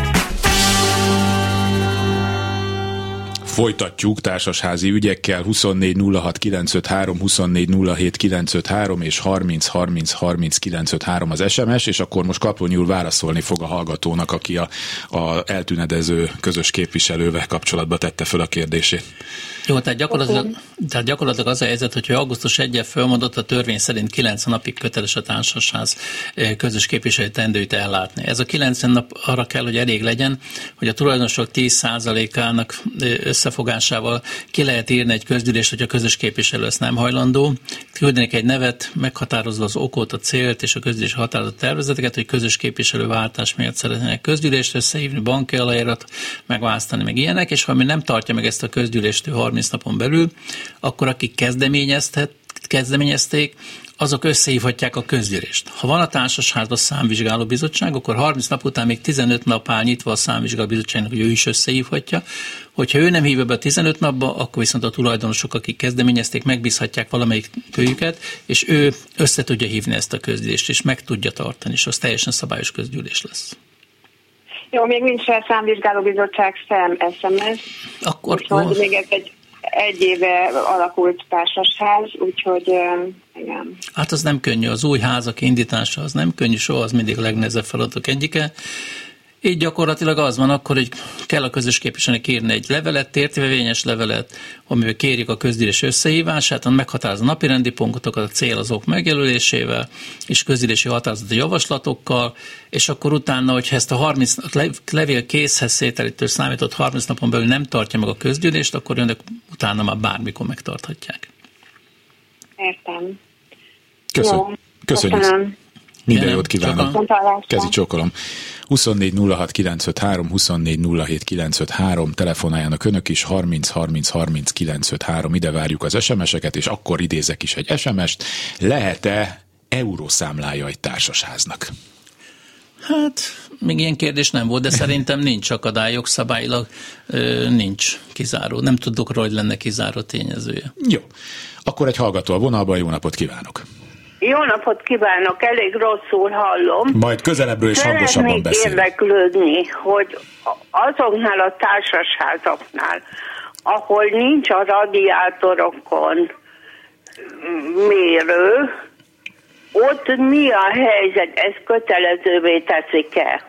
Speaker 2: Folytatjuk társasházi ügyekkel, huszonnégy nulla hat kilenc öt három, huszonnégy nulla hét kilenc öt három és harminc harminc harminc kilenc öt három az es em es, és akkor most Kaplonyi úr válaszolni fog a hallgatónak, aki a, a eltűnedező közös képviselővel kapcsolatban tette föl a kérdését.
Speaker 3: Jó, tehát gyakorlatilag, tehát gyakorlatilag az a helyzet, hogy augusztus elsején fölmondott, a törvény szerint kilencven napig köteles a társasház közös képviselő teendőit ellátni. Ez a kilencven nap arra kell, hogy elég legyen, hogy a tulajdonosok tíz százalékának összefogásával ki lehet írni egy közgyűlést, hogy a közös képviselő ezt nem hajlandó. Küldenek egy nevet, meghatározva az okot, a célt és a közgyűlés határozott tervezeteket, hogy közös képviselő váltás miatt szeretnének közgyűlést összehívni, banki aláírat, megválasztani, meg ilyenek, és ha mi nem tartja meg ezt a közgyűlést harminc napon belül, akkor akik kezdeményezhet, kezdeményezték, azok összehívhatják a közgyűlést. Ha van a társasházban számvizsgáló bizottság, akkor harminc nap után még tizenöt nap áll nyitva a számvizsgáló bizottságnak, hogy ő is összehívhatja. Hogyha ő nem hívja be a tizenöt napba, akkor viszont a tulajdonosok, akik kezdeményezték, megbízhatják valamelyik kölyüket, és ő össze tudja hívni ezt a közgyűlést, és meg tudja tartani, és az teljesen szabályos közgyűlés lesz.
Speaker 6: Jó, még nincs fel számvizsgálóbizottság szem es em es.
Speaker 3: Akkor...
Speaker 6: Úgyhogy még ez egy egy éve alakult társasház, úgyhogy igen.
Speaker 3: Hát az nem könnyű, az új házak indítása az nem könnyű, soha az mindig a legnehezebb feladatok egyike. Így gyakorlatilag az van akkor, hogy kell a közös képviselőnek írni egy levelet, tértivevényes levelet, amivel kérjük a közgyűlés összehívását, meghatároz a napirendi pontokat, a cél azok megjelölésével, és közgyűlési határozati javaslatokkal, és akkor utána, hogyha ezt a harminc levél készhez szételítől számított harminc napon belül nem tartja meg a közgyűlést, akkor önök utána már bármikor megtarthatják.
Speaker 6: Értem.
Speaker 2: Köszönöm. Köszönjük.
Speaker 6: Köszönöm.
Speaker 2: Minden jót kívánok. Kezi csókolom. huszonnégy nulla hat kilenc öt három, huszonnégy nulla hét kilenc öt három, telefonáljanak önök is, harminc harminc harminc kilenc öt három, ide várjuk az es em eseket, és akkor idézek is egy es em est. Lehet-e eurószámlája egy társasháznak?
Speaker 3: Hát, még ilyen kérdés nem volt, de szerintem nincs akadály, jogszabályilag ö, nincs kizáró. Nem tudok róla, hogy lenne kizáró tényezője.
Speaker 2: Jó. Akkor egy hallgató a vonalban, jó napot kívánok!
Speaker 7: Jó napot kívánok, elég rosszul hallom.
Speaker 2: Majd közelebbről és hangosabban beszél.
Speaker 7: Szeretnék érdeklődni, hogy azoknál a társasházaknál, ahol nincs a radiátorokon mérő, ott mi a helyzet? Ez kötelezővé teszik-e?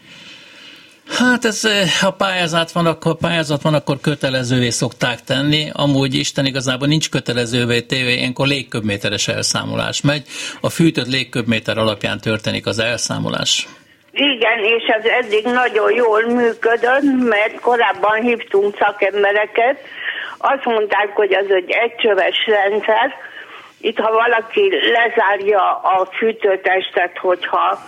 Speaker 3: Hát ez, ha pályázat van, akkor pályázat van, akkor kötelezővé szokták tenni. Amúgy Isten igazából nincs kötelezővé téve, ilyenkor légköbméteres elszámolás megy. A fűtött légköbméter alapján történik az elszámolás.
Speaker 7: Igen, és ez eddig nagyon jól működött, mert korábban hívtunk szakembereket. Azt mondták, hogy ez egy egycsöves rendszer. Itt, ha valaki lezárja a fűtőtestet, hogyha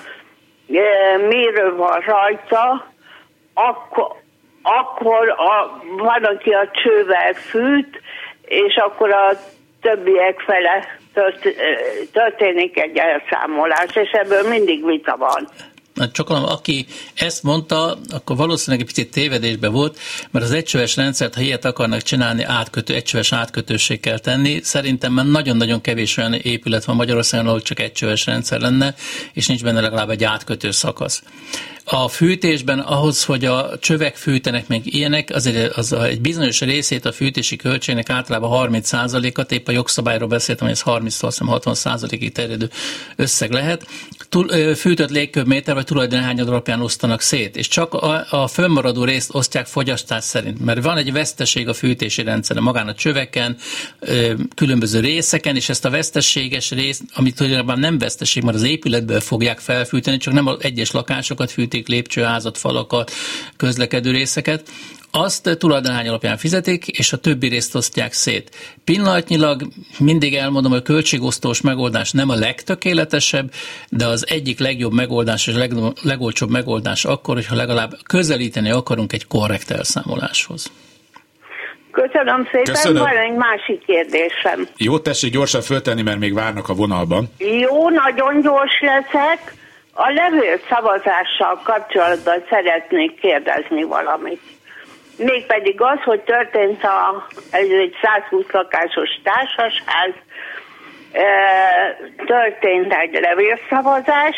Speaker 7: mérő van rajta, akkor, akkor a, van, aki a csővel fűt, és akkor a többiek fele tört, történik egy elszámolás, és ebből mindig vita van.
Speaker 3: Csak aki ezt mondta, akkor valószínűleg egy picit tévedésbe volt, mert az egycsöves rendszert, ha ilyet akarnak csinálni, átkötő, egycsöves átkötőssé kell tenni. Szerintem már nagyon-nagyon kevés olyan épület van Magyarországon, ahol csak egycsöves rendszer lenne, és nincs benne legalább egy átkötő szakasz. A fűtésben ahhoz, hogy a csövek fűtenek meg ilyenek, azért az egy bizonyos részét a fűtési költségnek általában harminc százalékat, épp a jogszabályról beszéltem, hogy ez harminctól hatvan százalékig terjedő összeg lehet. Fűtött légköbméter vagy tulajdonhányad alapján osztanak szét, és csak a, a fönnmaradó részt osztják fogyasztás szerint, mert van egy veszteség a fűtési rendszeren, magán a csöveken, különböző részeken, és ezt a veszteséges részt, amit tulajdonképpen nem veszteség, mert az épületből fogják felfűteni, csak nem az egyes lakásokat fűtik, lépcsőházat, falakat, közlekedő részeket, azt tulajdonhány alapján fizetik, és a többi részt osztják szét. Pillanatnyilag mindig elmondom, hogy a költségosztós megoldás nem a legtökéletesebb, de az egyik legjobb megoldás és leg, legolcsóbb megoldás akkor, hogyha legalább közelíteni akarunk egy korrekt elszámoláshoz.
Speaker 7: Köszönöm szépen,
Speaker 2: Köszönöm.
Speaker 7: Van egy másik kérdésem.
Speaker 2: Jó, tessék gyorsan föltenni, mert még várnak a vonalban.
Speaker 7: Jó, nagyon gyors leszek. A levélszavazással kapcsolatban szeretnék kérdezni valamit. Mégpedig az, hogy történt a, ez egy százhúsz lakásos társasház, e, történt egy levélszavazás,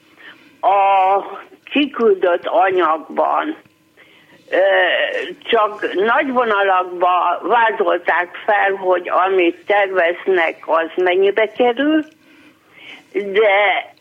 Speaker 7: a kiküldött anyagban e, csak nagy vonalakban vázolták fel, hogy amit terveznek, az mennyibe kerül, de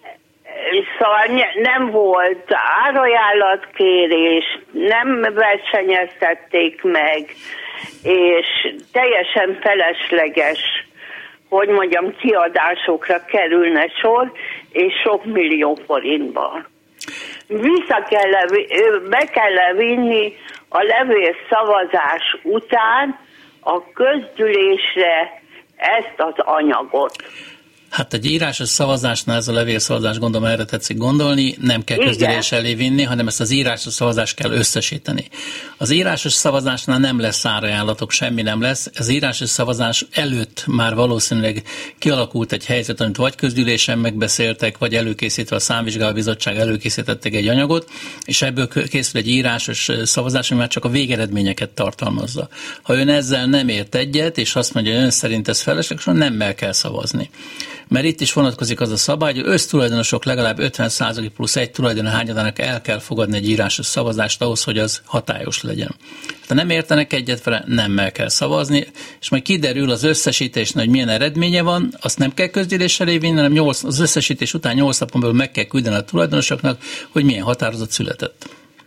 Speaker 7: szóval nem volt árajánlatkérés, nem versenyeztették meg, és teljesen felesleges, hogy mondjam, kiadásokra kerülne sor, és sok millió forintban. Vissza kell, be kell vinni a levél szavazás után a közgyűlésre ezt az anyagot.
Speaker 3: Hát egy írásos szavazásnál ez a levélszavazás, gondolom erre tetszik gondolni, nem kell közgyűlés elé vinni, hanem ezt az írásos szavazást kell összesíteni. Az írásos szavazásnál nem lesz árajánlatok, semmi nem lesz. Az írásos szavazás előtt már valószínűleg kialakult egy helyzet, amit vagy közgyűlésen megbeszéltek, vagy előkészítve a számvizsgálóbizottság előkészítettek egy anyagot, és ebből készül egy írásos szavazás, ami már csak a végeredményeket tartalmazza. Ha ön ezzel nem ért egyet, és azt mondja, hogy ön szerint ez felesleges, nemmel kell szavazni. Mert itt is vonatkozik az a szabály, hogy össztulajdonosok legalább ötven százalék plusz egy tulajdonhányadának el kell fogadni egy írásos szavazást ahhoz, hogy az hatályos legyen. Ha nem értenek egyet vele, nemmel kell szavazni, és majd kiderül az összesítésnél, hogy milyen eredménye van, azt nem kell közgyűlés elé vinni, hanem nyolc, az összesítés után nyolc napon belül meg kell küldeni a tulajdonosoknak, hogy milyen határozat született.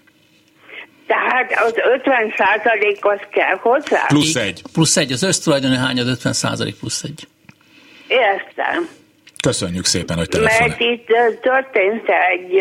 Speaker 7: Tehát az ötven százalék az kell hozzá?
Speaker 2: Plusz egy.
Speaker 3: Plusz egy, az össztulajdoni hányad ötven százalék plusz egy.
Speaker 7: Értem.
Speaker 2: Köszönjük szépen, hogy telefonál.
Speaker 7: Mert itt történt egy,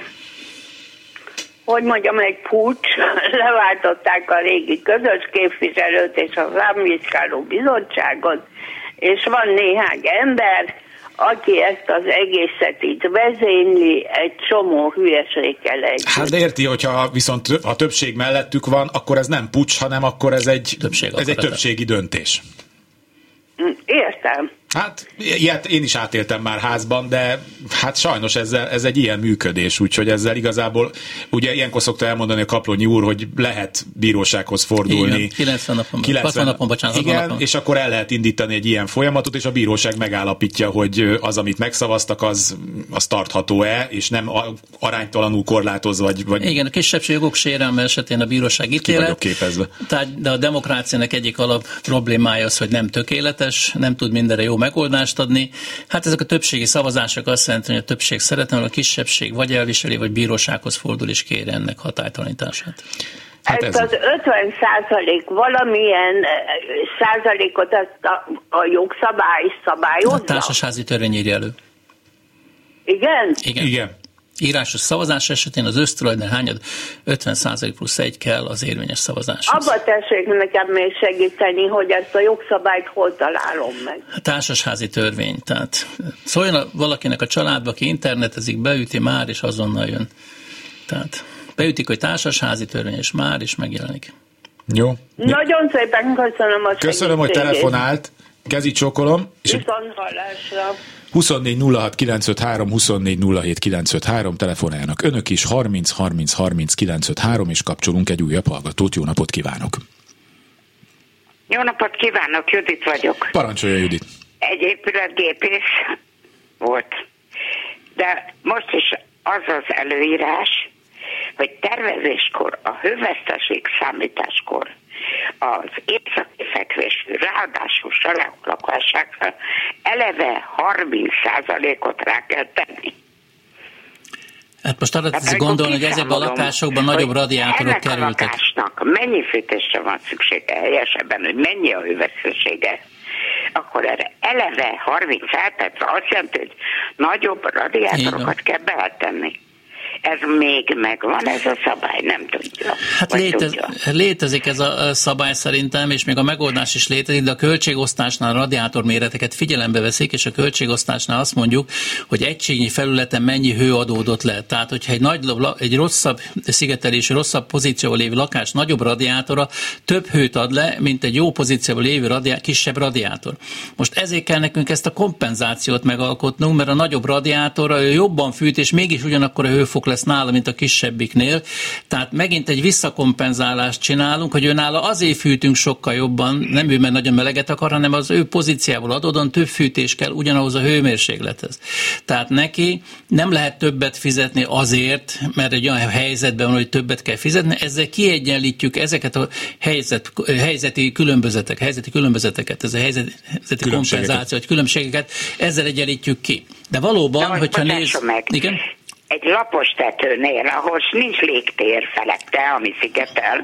Speaker 7: hogy mondjam, egy puccs, leváltották a régi közös képviselőt és a számvizsgáló bizottságot, és van néhány ember, aki ezt az egészet itt vezényli, egy csomó hülyeséggel egy.
Speaker 2: Hát de érti, hogyha viszont a többség mellettük van, akkor ez nem puccs, hanem akkor ez egy, ez egy többségi döntés.
Speaker 7: Értem.
Speaker 2: Hát ilyet én is átéltem már házban, de hát sajnos ezzel, ez egy ilyen működés, úgyhogy ezzel igazából, ugye ilyenkor szokta elmondani a Kaplonyi úr, hogy lehet bírósághoz fordulni.
Speaker 3: Igen, kilencven napon,
Speaker 2: kilencven
Speaker 3: hatvan napon, bocsánat.
Speaker 2: Igen,
Speaker 3: napon.
Speaker 2: És akkor el lehet indítani egy ilyen folyamatot, és a bíróság megállapítja, hogy az, amit megszavaztak, az, az tartható-e, és nem aránytalanul korlátozva. Vagy, vagy...
Speaker 3: Igen, a kisebbség jogok sérelme esetén a bíróság ítélet.
Speaker 2: Ki vagyok képezve.
Speaker 3: Tehát, de a demokráciának egyik alap problémája az, hogy nem tökéletes, nem tud mindenre jó megoldást adni. Hát ezek a többségi szavazások azt jelenti, hogy a többség szeretne, a kisebbség vagy elviseli, vagy bírósághoz fordul és kéri ennek hatálytalanítását.
Speaker 7: Hát ez az ötven százalék valamilyen százalékot ezt a, a jogszabály szabályozza?
Speaker 3: A társasházi törvény írja elő.
Speaker 7: Igen?
Speaker 3: Igen.
Speaker 2: Igen.
Speaker 3: Írásos szavazás esetén az össztulajdon hányad ötven százalék plusz egy kell az érvényes szavazáshoz.
Speaker 7: Abba tessék nekem még segíteni, hogy ezt a jogszabályt hol találom meg.
Speaker 3: A társasházi törvény. Tehát szóljon a, valakinek a családba, aki internetezik, beüti már, és azonnal jön. Tehát beütik, hogy társasházi törvény, és már is megjelenik.
Speaker 2: Jó.
Speaker 7: Nagyon szépen köszönöm a
Speaker 2: Köszönöm, hogy telefonált. Kezi csókolom.
Speaker 7: Viszont hallásra.
Speaker 2: huszonnégy nulla hat kilencszázötvenhárom, huszonnégy nulla hét kilencszázötvenhárom, telefonálnak önök is, harminc harminc harminc kilencszázötvenhárom, és kapcsolunk egy újabb hallgatót. Jó napot kívánok!
Speaker 8: Jó napot kívánok, Judit vagyok.
Speaker 2: Parancsolja, Judit!
Speaker 8: Egy épületgépész volt, de most is az az előírás, hogy tervezéskor, a hőveszteség számításkor az északi fekvésű, ráadásul lakásságra eleve harminc százalékot rá kell tenni.
Speaker 3: Hát most arra hát, gondolni, hogy ezekben a lakásokban nagyobb radiátorok kerültek. Ennek a
Speaker 8: lakásnak mennyi fűtésre van szüksége helyesebben, hogy mennyi a hővesztesége, akkor erre eleve harminc százalékra azt jelenti, hogy nagyobb radiátorokat kell beletenni. Ez még megvan, ez a szabály, nem tudja.
Speaker 3: Hát létez, tudja. Létezik ez a szabály szerintem, és még a megoldás is létezik, de a költségosztásnál a radiátorméreteket figyelembe veszik, és a költségosztásnál azt mondjuk, hogy egységnyi felületen mennyi hő adódott le. Tehát, hogyha egy, nagy, egy rosszabb szigetelésű, rosszabb pozícióval lévő lakás nagyobb radiátora több hőt ad le, mint egy jó pozícióval lévő radiá, kisebb radiátor. Most ezért kell nekünk ezt a kompenzációt megalkotnunk, mert a nagyobb radiátorra jobban fűt, és mégis ugyanakkor a hőfok lesz nála, mint a kisebbiknél. Tehát megint egy visszakompenzálást csinálunk, hogy ő nála azért fűtünk sokkal jobban, nem ő, mert nagyon meleget akar, hanem az ő pozíciából adódóan több fűtés kell ugyanahoz a hőmérséklethez. Tehát neki nem lehet többet fizetni azért, mert egy olyan helyzetben van, hogy többet kell fizetni, ezzel kiegyenlítjük ezeket a helyzet, helyzeti különbözetek, helyzeti különbözeteket, ez a helyzeti kompenzáció, vagy különbségeket, ezzel egyenlítjük ki. De valóban,
Speaker 8: de
Speaker 3: hogyha néz...
Speaker 8: Igen? Egy lapos tetőnél, ahol nincs légtér felette, ami szigetel,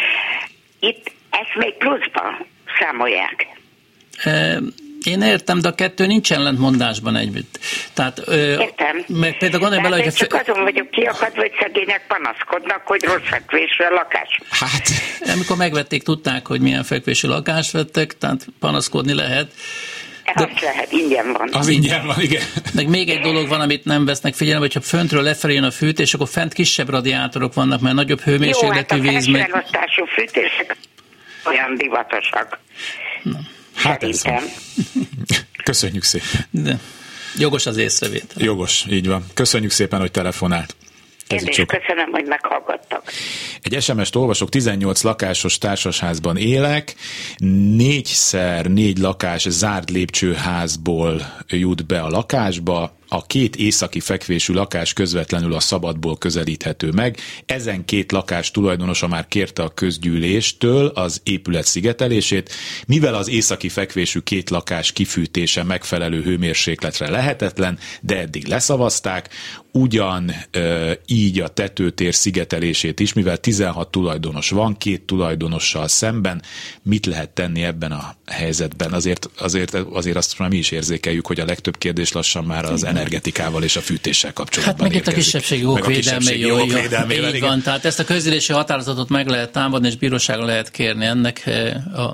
Speaker 8: itt ezt még pluszba számolják.
Speaker 3: E, én értem, de a kettő nincs ellentmondásban együtt. Tehát,
Speaker 8: értem.
Speaker 3: Meg például gondolj bele, hogy...
Speaker 8: csak azon vagyok kiakadva, hogy szegények panaszkodnak, hogy rossz fekvésű a lakás.
Speaker 2: Hát...
Speaker 3: Amikor megvették, tudták, hogy milyen fekvésű lakást vettek, tehát panaszkodni lehet.
Speaker 8: De azt lehet, ingyen van.
Speaker 2: Az ingyen van, igen.
Speaker 3: Meg még egy dolog van, amit nem vesznek figyelembe, hogyha föntről lefelé jön a fűtés, akkor fent kisebb radiátorok vannak, mert nagyobb hőmérsékletű
Speaker 8: víz. Jó, hát a
Speaker 3: meg...
Speaker 8: felsőelosztású fűtések olyan divatosak.
Speaker 3: Na.
Speaker 2: Hát ez van. Köszönjük szépen.
Speaker 3: De jogos az észrevétel.
Speaker 2: Jogos, így van. Köszönjük szépen, hogy telefonált.
Speaker 8: Én is köszönöm, hogy meghallgattak.
Speaker 2: Egy es em est olvasok, tizennyolc lakásos társasházban élek, négyszer négy lakás zárt lépcsőházból jut be a lakásba, a két északi fekvésű lakás közvetlenül a szabadból közelíthető meg. Ezen két lakás tulajdonosa már kérte a közgyűléstől az épület szigetelését, mivel az északi fekvésű két lakás kifűtése megfelelő hőmérsékletre lehetetlen, de eddig leszavazták, ugyan e, így a tetőtér szigetelését is, mivel tizenhat tulajdonos van, két tulajdonossal szemben, mit lehet tenni ebben a helyzetben? Azért, azért, azért azt már mi is érzékeljük, hogy a legtöbb kérdés lassan már az energetikával és a fűtéssel kapcsolatban
Speaker 3: hát meg itt a kisebbségi
Speaker 2: jogvédelmével.
Speaker 3: Így van, tehát ezt a közgyűlési határozatot meg lehet támadni, és bíróságon lehet kérni ennek a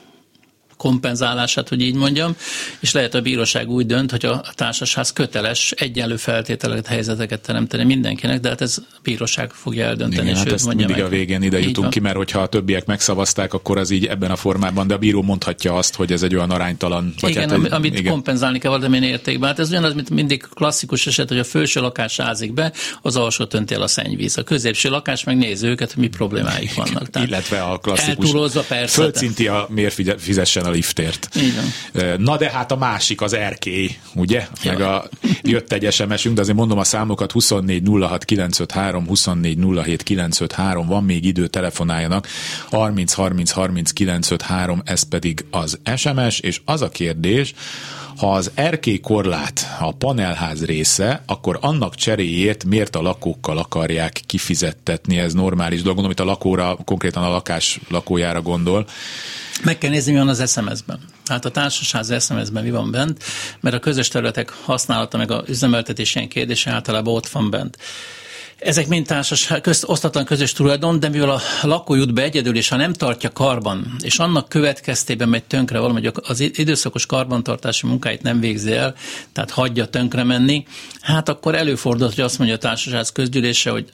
Speaker 3: kompenzálását, hogy így mondjam, és lehet a bíróság úgy dönt, hogy a társasház köteles egyenlő feltételeket, helyzeteket teremteni mindenkinek, de hát ez a bíróság fogja eldönteni.
Speaker 2: Igen,
Speaker 3: és
Speaker 2: hát ezt mindig meg. A végén ide jutunk ki, mert hogyha a többiek megszavazták, akkor az így ebben a formában, de a bíró mondhatja azt, hogy ez egy olyan aránytalan... Vagy
Speaker 3: igen,
Speaker 2: hát egy,
Speaker 3: amit
Speaker 2: igen.
Speaker 3: kompenzálni kell valamilyen értékben. Hát ez ugyanaz, mint mindig klasszikus eset, hogy a felső lakás ázik be, az alsót önti el a szennyvíz. A középső lakás meg nézi őket, hogy mi problémáik vannak. Tehát
Speaker 2: illetve a klasszikus földszinti a miért fizessen a liftért. Na de hát a másik az erkély, ugye? Meg a, jött egy es em esünk, de azért mondom a számokat, huszonnégy nulla hat kilencszázötvenhárom, huszonnégy nulla hét kilencszázötvenhárom, van még idő, telefonáljanak, harminc harminc harminc kilencszázötvenhárom, ez pedig az es em es, és az a kérdés, ha az erkélykorlát a panelház része, akkor annak cseréjét miért a lakókkal akarják kifizettetni? Ez normális dolog, gondolom, itt a lakóra, konkrétan a lakás lakójára gondol.
Speaker 3: Meg kell nézni, mi van az es em es-ben. Hát a társasház es em es-ben mi van bent, mert a közös területek használata meg a üzemeltetés ilyen kérdése általában ott van bent. Ezek mind társas, közt, osztatlan közös tulajdon, de mivel a lakó jut be egyedül, és ha nem tartja karban, és annak következtében megy tönkre valami, hogy az időszakos karbantartási munkáit nem végzi el, tehát hagyja tönkre menni, hát akkor előfordul, hogy azt mondja a társasház közgyűlése, hogy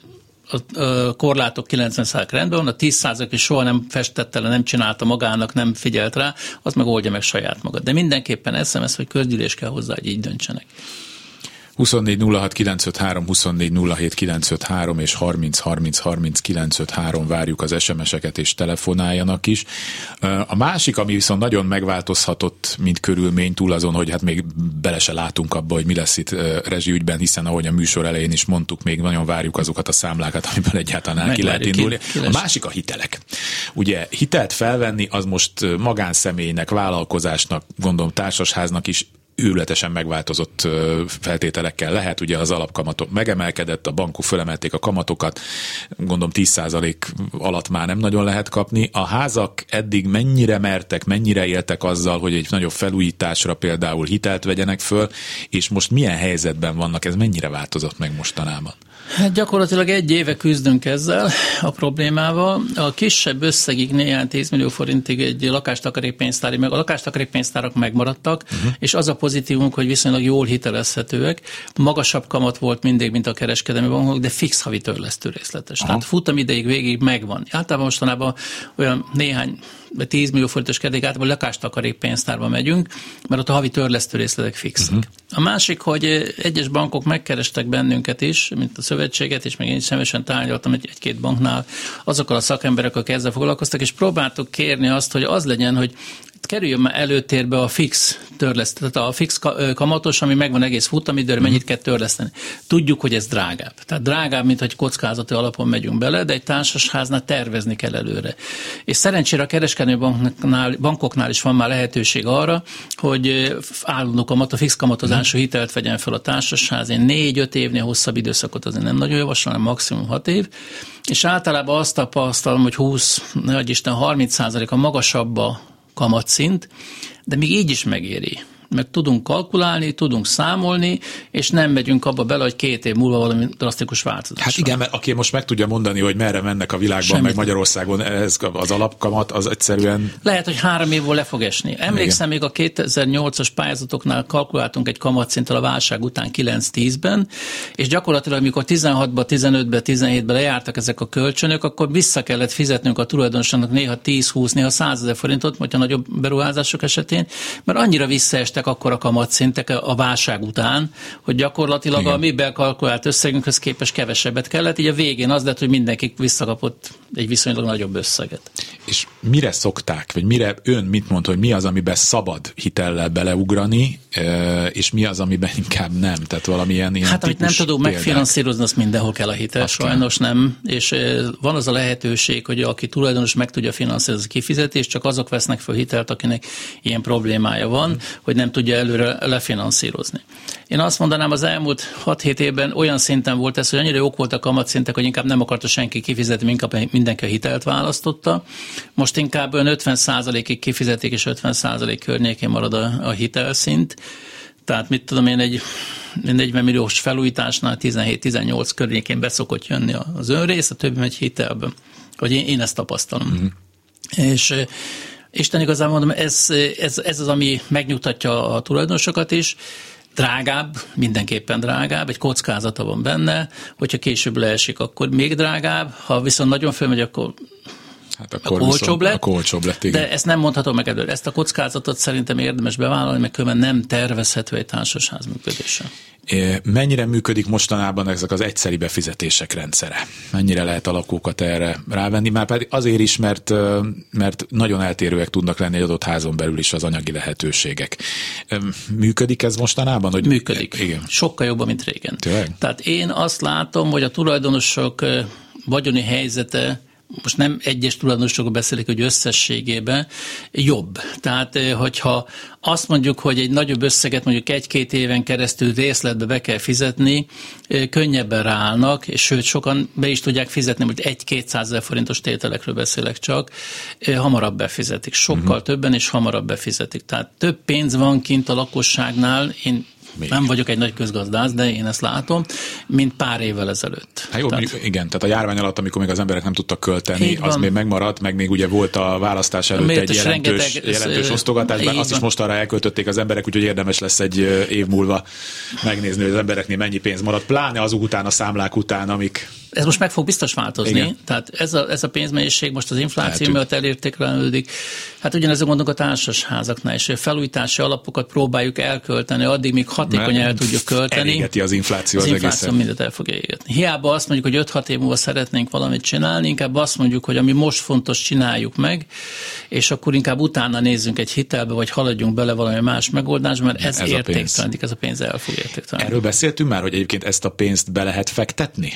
Speaker 3: a korlátok kilencven százalék rendben van, a tíz százalék is soha nem festette le, nem csinálta magának, nem figyelt rá, az meg oldja meg saját magad. De mindenképpen es em es vagy közgyűlés kell hozzá, hogy így döntsenek.
Speaker 2: huszonnégy nulla hat kilenc öt három, huszonnégy nulla hét kilenc öt három és harminc harminc harminc kilenc öt három várjuk az es em es-eket és telefonáljanak is. A másik, ami viszont nagyon megváltozhatott, mint körülmény, túl azon, hogy hát még bele se látunk abba, hogy mi lesz itt rezsiügyben, hiszen ahogy a műsor elején is mondtuk, még nagyon várjuk azokat a számlákat, amiből egyáltalán ki lehet indulni. Ki, ki a másik a hitelek. Ugye hitelt felvenni az most magánszemélynek, vállalkozásnak, gondolom társasháznak is őrületesen megváltozott feltételekkel lehet, ugye az alapkamatok megemelkedett, a bankok fölemelték a kamatokat, gondolom tíz százalék alatt már nem nagyon lehet kapni. A házak eddig mennyire mertek, mennyire éltek azzal, hogy egy nagyobb felújításra például hitelt vegyenek föl, és most milyen helyzetben vannak, ez mennyire változott meg mostanában?
Speaker 3: Hát gyakorlatilag egy éve küzdünk ezzel a problémával. A kisebb összegig, néhány tíz millió forintig egy lakástakarékpénztári, meg a lakástakarékpénztárak megmaradtak, uh-huh. és az a pozitívunk, hogy viszonylag jól hitelezhetőek. Magasabb kamat volt mindig, mint a kereskedelmi bankok, de fix havi törlesztő részletes. Uh-huh. Tehát futamidejig végig megvan. Általában mostanában olyan néhány tíz millió forintos kedvéig általában lakástakarékpénztárba megyünk, mert ott a havi törlesztő részletek fixek. Uh-huh. A másik, hogy egyes bankok megkerestek bennünket is, mint a szövetséget, és meg én is személyesen tárgyaltam egy, egy-két banknál azokkal a szakemberek, akik ezzel foglalkoztak, és próbáltuk kérni azt, hogy az legyen, hogy kerüljön már előtérbe a fix törlesztő, tehát a fix kamatos, ami megvan egész futamidőre, mennyit kell törleszteni. Tudjuk, hogy ez drágább. Tehát drágább, mint hogy kockázati alapon megyünk bele, de egy társasháznál tervezni kell előre. És szerencsére a kereskedelmi bankoknál, bankoknál is van már lehetőség arra, hogy állandó kamat, a fix kamatozású hitelt vegyen fel a társasház. Én négy-öt évnél hosszabb időszakot azért nem nagyon javaslom, maximum hat év. És általában azt tapasztalom, hogy húsz, nehogy Isten, harminc százalék a magasabb a kamatszint, de még így is megéri. Mert tudunk kalkulálni, tudunk számolni, és nem megyünk abba bele, hogy két év múlva valami drasztikus változás.
Speaker 2: Hát igen, mert aki most meg tudja mondani, hogy merre mennek a világban, Semmit meg Magyarországon, ez az alapkamat, az egyszerűen...
Speaker 3: Lehet, hogy három évvel le fog esni. Emlékszem, igen. Még a kétezer-nyolcas pályázatoknál kalkuláltunk egy kamatszinttel a válság után kilenc-tízben, és gyakorlatilag, amikor tizenhatban, tizenötben, tizenhétben lejártak ezek a kölcsönök, akkor vissza kellett fizetnünk a tulajdonosnak néha tíz-húsz, néha százezer forintot, vagy a nagyobb beruházások esetén, mert annyira visszaestek akkor a kamatszintek a válság után, hogy gyakorlatilag igen. a mi bekalkulált összegünkhöz képest kevesebbet kellett, így a végén az lett, hogy mindenki visszakapott egy viszonylag nagyobb összeget.
Speaker 2: És mire szokták, vagy mire ön mit mond, hogy mi az, amiben szabad hitellel beleugrani, és mi az, amiben inkább nem? Tehát valamilyen ilyen
Speaker 3: Hát, amit nem tudunk
Speaker 2: példák. Megfinanszírozni,
Speaker 3: azt mindenhol kell a hitel, azt sajnos kell. Nem. És van az a lehetőség, hogy aki tulajdonos meg tudja finanszírozni a kifizetést, csak azok vesznek fel hitelt, akinek ilyen problémája van, hmm. hogy nem tudja előre lefinanszírozni. Én azt mondanám, az elmúlt hat-hét évben olyan szinten volt ez, hogy annyira jók voltak a kamatszintek, hogy inkább nem akarta senki kifizetni, inkább mindenki a hitelt választotta. Most inkább olyan ötven százalékig kifizetik, és ötven százalék környékén marad a, a hitelszint. Tehát mit tudom én, egy negyven milliós felújításnál tizenhét-tizennyolc környékén beszokott jönni az önrész, a többi megy hitelben. Vagy én, én ezt tapasztalom. Mm-hmm. És Isten igazán mondom, ez, ez, ez az, ami megnyugtatja a tulajdonosokat is. Drágább, mindenképpen drágább, egy kockázata van benne, hogyha később leesik, akkor még drágább, ha viszont nagyon fölmegy, akkor
Speaker 2: Hát akkor olcsóbb lett, akkor olcsóbb lett, igen.
Speaker 3: De ezt nem mondhatom meg előre. Ezt a kockázatot szerintem érdemes bevállalni, mert különben nem tervezhető egy társasház működése.
Speaker 2: Mennyire működik mostanában ezek az egyszeri befizetések rendszere? Mennyire lehet a lakókat erre rávenni? Már pedig azért is, mert, mert nagyon eltérőek tudnak lenni egy adott házon belül is az anyagi lehetőségek. Működik ez mostanában? Hogy...
Speaker 3: Működik.
Speaker 2: Igen.
Speaker 3: Sokkal jobban, mint régen.
Speaker 2: Tényleg?
Speaker 3: Tehát én azt látom, hogy a tulajdonosok vagyoni helyzete, most nem egyes tulajdonosokról beszélek, hogy összességében jobb. Tehát, hogyha azt mondjuk, hogy egy nagyobb összeget mondjuk egy-két éven keresztül részletbe be kell fizetni, könnyebben ráállnak, és sőt, sokan be is tudják fizetni, hogy egy-kétszázezer forintos tételekről beszélek csak, hamarabb befizetik. Sokkal uh-huh. többen és hamarabb befizetik. Tehát több pénz van kint a lakosságnál, én Még. nem vagyok egy nagy közgazdász, de én ezt látom, mint pár évvel ezelőtt.
Speaker 2: Hát jó, tehát, igen, tehát a járvány alatt, amikor még az emberek nem tudtak költeni, az még megmaradt, meg még ugye volt a választás előtt egy jelentős, rengeteg, jelentős osztogatásban, azt van. Is most arra elköltötték az emberek, úgyhogy érdemes lesz egy év múlva megnézni, hogy az embereknél mennyi pénz maradt, pláne azok után, a számlák után, amik
Speaker 3: ez most meg fog biztos változni. Igen. Tehát ez a, ez a pénzmennyiség most az infláció miatt elértéktelenődik. Hát ugyanez a gondunk a társasházaknál, és a felújítási alapokat próbáljuk elkölteni, addig még hatékonyan el tudjuk költeni.
Speaker 2: Elégeti az infláció az,
Speaker 3: az infláció
Speaker 2: egészen.
Speaker 3: Mindent el fogja égetni. Hiába azt mondjuk, hogy öt-hat év múlva szeretnénk valamit csinálni, inkább azt mondjuk, hogy ami most fontos, csináljuk meg, és akkor inkább utána nézzünk egy hitelbe, vagy haladjunk bele valami más megoldásba, mert ez, ez értéktelenik, ez a pénz el fog értékteleníteni.
Speaker 2: Erről beszéltünk már, hogy egyébként ezt a pénzt be lehet fektetni?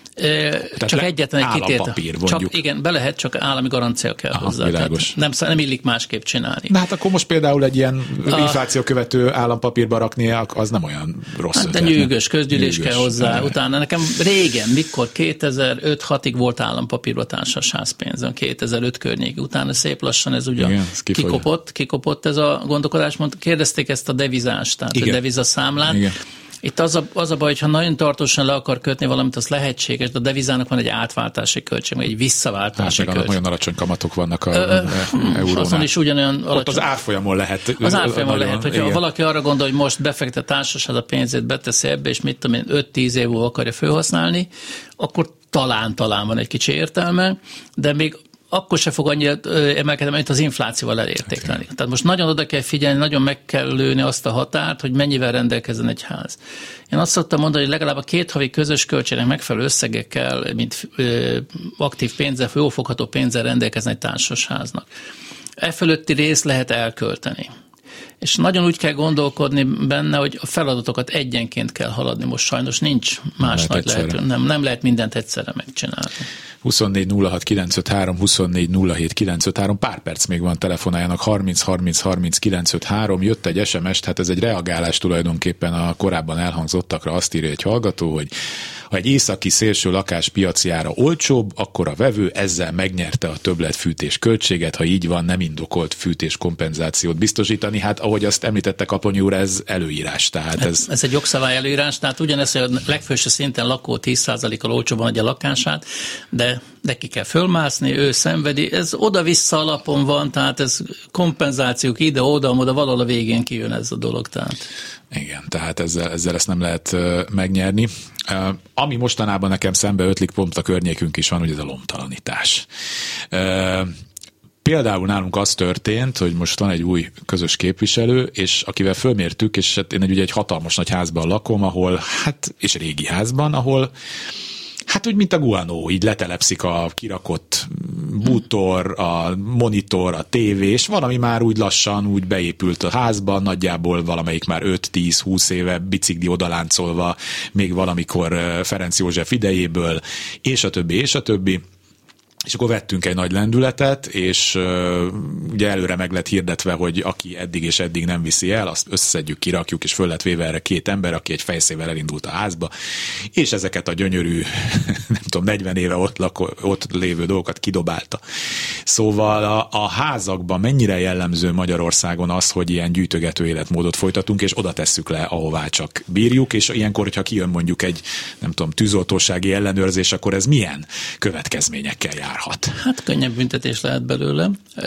Speaker 3: Tehát csak egyetlen egy
Speaker 2: állampapír,
Speaker 3: kitét. Csak, igen, be lehet, csak állami garancia kell
Speaker 2: Aha,
Speaker 3: hozzá. Nem, nem illik másképp csinálni.
Speaker 2: Na hát akkor most például egy ilyen a... infláció követő állampapírba rakni, az nem olyan rossz
Speaker 3: hát,
Speaker 2: ötlet.
Speaker 3: De nyűgös, közgyűlés
Speaker 2: nyűgös.
Speaker 3: kell hozzá. Utána nekem régen, mikor kétezer-öt-hatig volt állampapírba társasházpénzem, kétezer-öt környék. Utána szép lassan ez ugye igen, kikopott, kikopott ez a gondolkodás. Kérdezték ezt a devizást, tehát igen. a devizaszámlát. Igen. Itt az a, az a baj, hogyha nagyon tartósan le akar kötni valamit, az lehetséges, de a devizának van egy átváltási költség, meg egy visszaváltási hát, költség.
Speaker 2: Olyan alacsony kamatok vannak a ö, eurónál.
Speaker 3: Azon is ugyanolyan alacsony.
Speaker 2: Ott az árfolyamon lehet.
Speaker 3: Az árfolyamon lehet, hogyha igen. valaki arra gondol, hogy most befektet társaság a pénzét, beteszi ebbe, és mit tudom én, öt-tíz év múlva akarja felhasználni, akkor talán-talán van egy kicsi értelme, de még akkor se fog annyira emelkedni, mint az inflációval elértéktelenik. Tehát most nagyon oda kell figyelni, nagyon meg kell lőni azt a határt, hogy mennyivel rendelkezzen egy ház. Én azt szoktam mondani, hogy legalább a két havi közös költségnek megfelelő összegekkel, mint ö, aktív pénzzel, jófogható pénzzel rendelkezni egy társasháznak. E fölötti részt lehet elkölteni. És nagyon úgy kell gondolkodni benne, hogy a feladatokat egyenként kell haladni. Most sajnos nincs más nagy lehető. Nem, nem lehet mindent egyszerre megcsinálni.
Speaker 2: huszonnégy nulla hat kilencszázötvenhárom, huszonnégy nulla hét kilencszázötvenhárom, pár perc még van, telefonáljanak, harminc harminc harminc kilencszázötvenhárom, jött egy es em es, hát ez egy reagálás tulajdonképpen a korábban elhangzottakra, azt írja egy hallgató, hogy ha egy északi szélső lakás piacjára olcsóbb, akkor a vevő ezzel megnyerte a többletfűtés költséget, ha így van, nem indokolt fűtés kompenzációt biztosítani. Hát ahogy azt említette Kaponyi úr, ez előírás. Tehát ez...
Speaker 3: ez egy jogszabály előírás, tehát ugyanez, hogy a legfelső szinten lakó tíz százalékkal olcsóban adja a lakását, de de ki kell fölmászni, ő szenvedi, ez oda-vissza alapon van, tehát ez kompenzációk ide-oda, oda valahol a végén kijön ez a dolog. Tehát.
Speaker 2: Igen, tehát ezzel, ezzel ezt nem lehet uh, megnyerni. Uh, ami mostanában nekem szembe ötlik, pont a környékünk is van, hogy ez a lomtalanítás. Uh, Például nálunk az történt, hogy most van egy új közös képviselő, és akivel fölmértük, és hát én egy, ugye egy hatalmas nagy házban lakom, ahol, hát, és régi házban, ahol hát úgy, mint a guanó, így letelepszik a kirakott bútor, a monitor, a tévé, és valami már úgy lassan úgy beépült a házban, nagyjából valamelyik már öt-tíz-húsz éve bicikli odaláncolva, még valamikor Ferenc József idejéből, és a többi, és a többi. És akkor vettünk egy nagy lendületet, és uh, ugye előre meg lett hirdetve, hogy aki eddig és eddig nem viszi el, azt összeszedjük, kirakjuk, és föl lett véve erre két ember, aki egy fejszével elindult a házba, és ezeket a gyönyörű, nem tudom, negyven éve ott, lako, ott lévő dolgokat kidobálta. Szóval a, a házakban mennyire jellemző Magyarországon az, hogy ilyen gyűjtögető életmódot folytatunk, és oda tesszük le, ahová csak bírjuk, és ilyenkor, hogyha kijön mondjuk egy, nem tudom, tűzoltósági ellenőrzés, akkor ez milyen következményekkel jár?
Speaker 3: Hát könnyebb büntetés lehet belőle.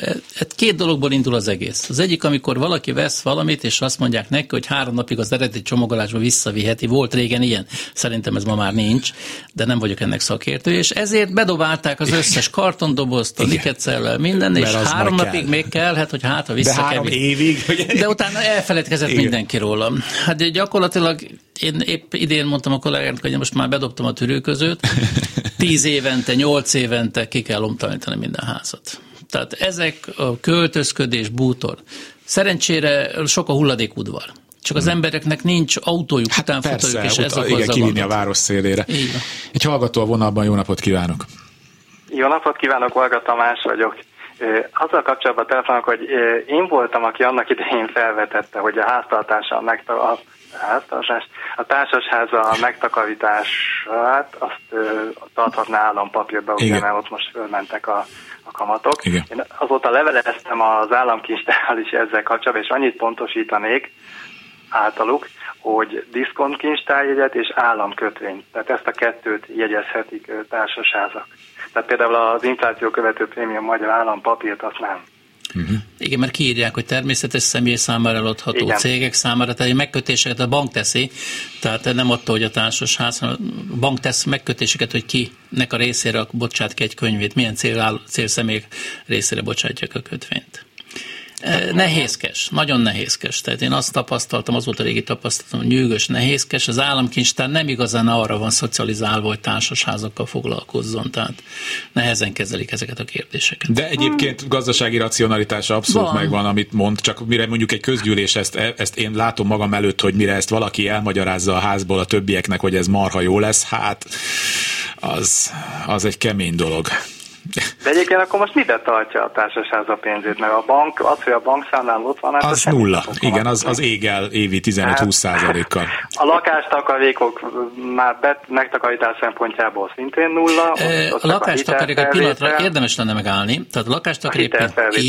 Speaker 3: Két dologból indul az egész. Az egyik, amikor valaki vesz valamit, és azt mondják neki, hogy három napig az eredeti csomagolásba visszaviheti. Volt régen ilyen. Szerintem ez ma már nincs, de nem vagyok ennek szakértő, és ezért bedobálták az összes kartondobozt, a liketszellel, minden, mert és három napig kell. Még kell, hát, hogy hát, ha vissza
Speaker 2: de három kell, évig.
Speaker 3: De utána elfeledkezett igen. mindenki róla. Hát gyakorlatilag én épp idén mondtam a kollégának, hogy most már bedobtam a tűrőközőt, tíz évente, nyolc évente ki kell lomtalanítani minden házat. Tehát ezek a költözködés, bútor. Szerencsére sok a hulladékudvar. Csak az hmm. embereknek nincs autójuk, hát utánfutójuk, és ez okozza
Speaker 2: igen, kivinni a város szélére. Igen. Egy hallgató a vonalban, jó napot kívánok!
Speaker 9: Jó napot kívánok, Varga Tamás vagyok. Azzal kapcsolatban telefonok, hogy én voltam, aki annak idején felvetette, hogy a háztartással megta- a, háztartás, a társasháza megtakarítását azt ö, tarthatná állampapírba, ugye, mert ott most fölmentek a, a kamatok. Igen. Én azóta leveleztem az államkincstárral is ezzel kapcsolatban, és annyit pontosítanék általuk, hogy diszkontkincstárjegyet és államkötvényt, tehát ezt a kettőt jegyezhetik társasházak. Tehát például az infláció követő prémium magyar állampapírt azt nem.
Speaker 3: Uh-huh. Igen, mert kiírják, hogy természetes személy számára eladható, igen. Cégek számára, tehát megkötéseket a bank teszi, tehát nem attól, hogy a társasház, hanem a bank tesz megkötéseket, hogy kinek a részére bocsát ki egy könyvét, milyen cél, célszemély részére bocsátják a kötvényt. Nehézkes, nagyon nehézkes. Tehát én azt tapasztaltam, az volt a régi tapasztalatom, hogy nyűgös, nehézkes. Az államkincstár nem igazán arra van szocializálva, hogy társasházakkal foglalkozzon, tehát nehezen kezelik ezeket a kérdéseket.
Speaker 2: De egyébként gazdasági racionalitása abszolút van. Megvan, amit mond, csak mire mondjuk egy közgyűlés, ezt, ezt én látom magam előtt, hogy mire ezt valaki elmagyarázza a házból a többieknek, hogy ez marha jó lesz, hát az, az egy kemény dolog.
Speaker 9: De egyébként akkor most mibe tartja a társasház a pénzét? Meg a bank, az, hogy a bankszámlán ott van,
Speaker 2: az nulla. Igen, az, az ég el évi tizenöt-húsz százalékkal.
Speaker 9: A lakástakarékok már bet, megtakarítás szempontjából szintén nulla.
Speaker 3: E, a lakástakarék egy pillanatra érdemes lenne megállni. Tehát a lakástakarék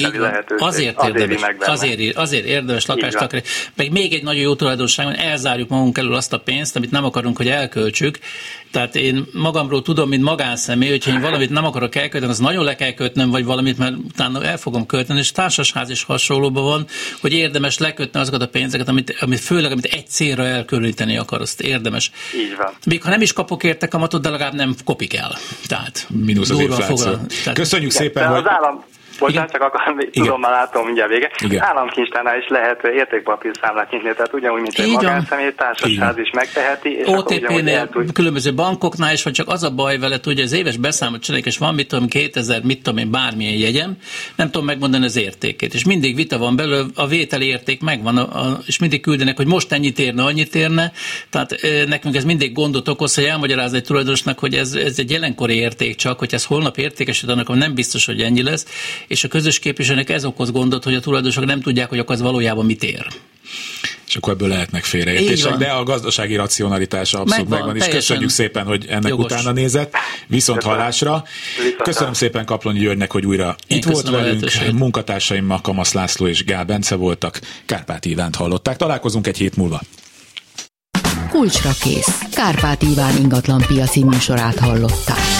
Speaker 3: azért érdemes, azért, azért érdemes lakástakarék. Meg még egy nagyon jó tulajdonság, hogy elzárjuk magunk elől azt a pénzt, amit nem akarunk, hogy elköltsük. Tehát én magamról tudom, mint magánszemély, hogyha én valamit nem akarok elkölteni, az nagyon le kell kötnöm, vagy valamit, mert utána el fogom költeni, és társasház is hasonlóban van, hogy érdemes lekötni azokat a pénzeket, amit, amit főleg, amit egy célra elkülöníteni akar, azt érdemes.
Speaker 9: Így van.
Speaker 3: Még ha nem is kapok érte kamatot, de legalább nem kopik el. Tehát
Speaker 2: mínusz az infláció. Köszönjük
Speaker 9: igen,
Speaker 2: szépen, hogy...
Speaker 9: Bocsánat, csak akkor tudom, már látom mindjárt vége. Igen. Államkincstárnál is lehet értékpapírszámlát nyitni, tehát ugyanúgy, mint egy magánszemély, társasház is megteheti. És
Speaker 3: o té pé-nél, különböző bankoknál is, vagy csak az a baj vele, hogy az éves beszámot csinálják, és van, mit tudom, kétezer, mit tudom én, bármilyen jegyem, nem tudom megmondani az értékét. És mindig vita van belőle, a vételi érték megvan, a, a, és mindig küldenek, hogy most ennyit érne, annyit érne. Tehát e, nekünk ez mindig gondot okoz, hogy elmagyaráz egy tulajdonosnak, hogy ez, ez egy jelenkori érték csak, hogy ez holnap értékesít, annak nem biztos, hogy ennyi lesz. És a közös képviselőnek ez okoz gondot, hogy a tulajdonosok nem tudják, hogy az valójában mit ér.
Speaker 2: És akkor ebből lehetnek félreértések, de a gazdasági racionalitása abszolút megvan, megvan és köszönjük szépen, hogy ennek jogos. Utána nézett. Viszont hallásra. Köszönöm szépen Kaplonyi Györgynek, hogy újra Én itt volt velünk. Munkatársaimmal Kamasz László és Gál Bence voltak. Kárpáti Ivánt hallották. Találkozunk egy hét múlva.
Speaker 1: Kulcsra kész. Kárpáti Iván ingatlan piaci műsorát hallották.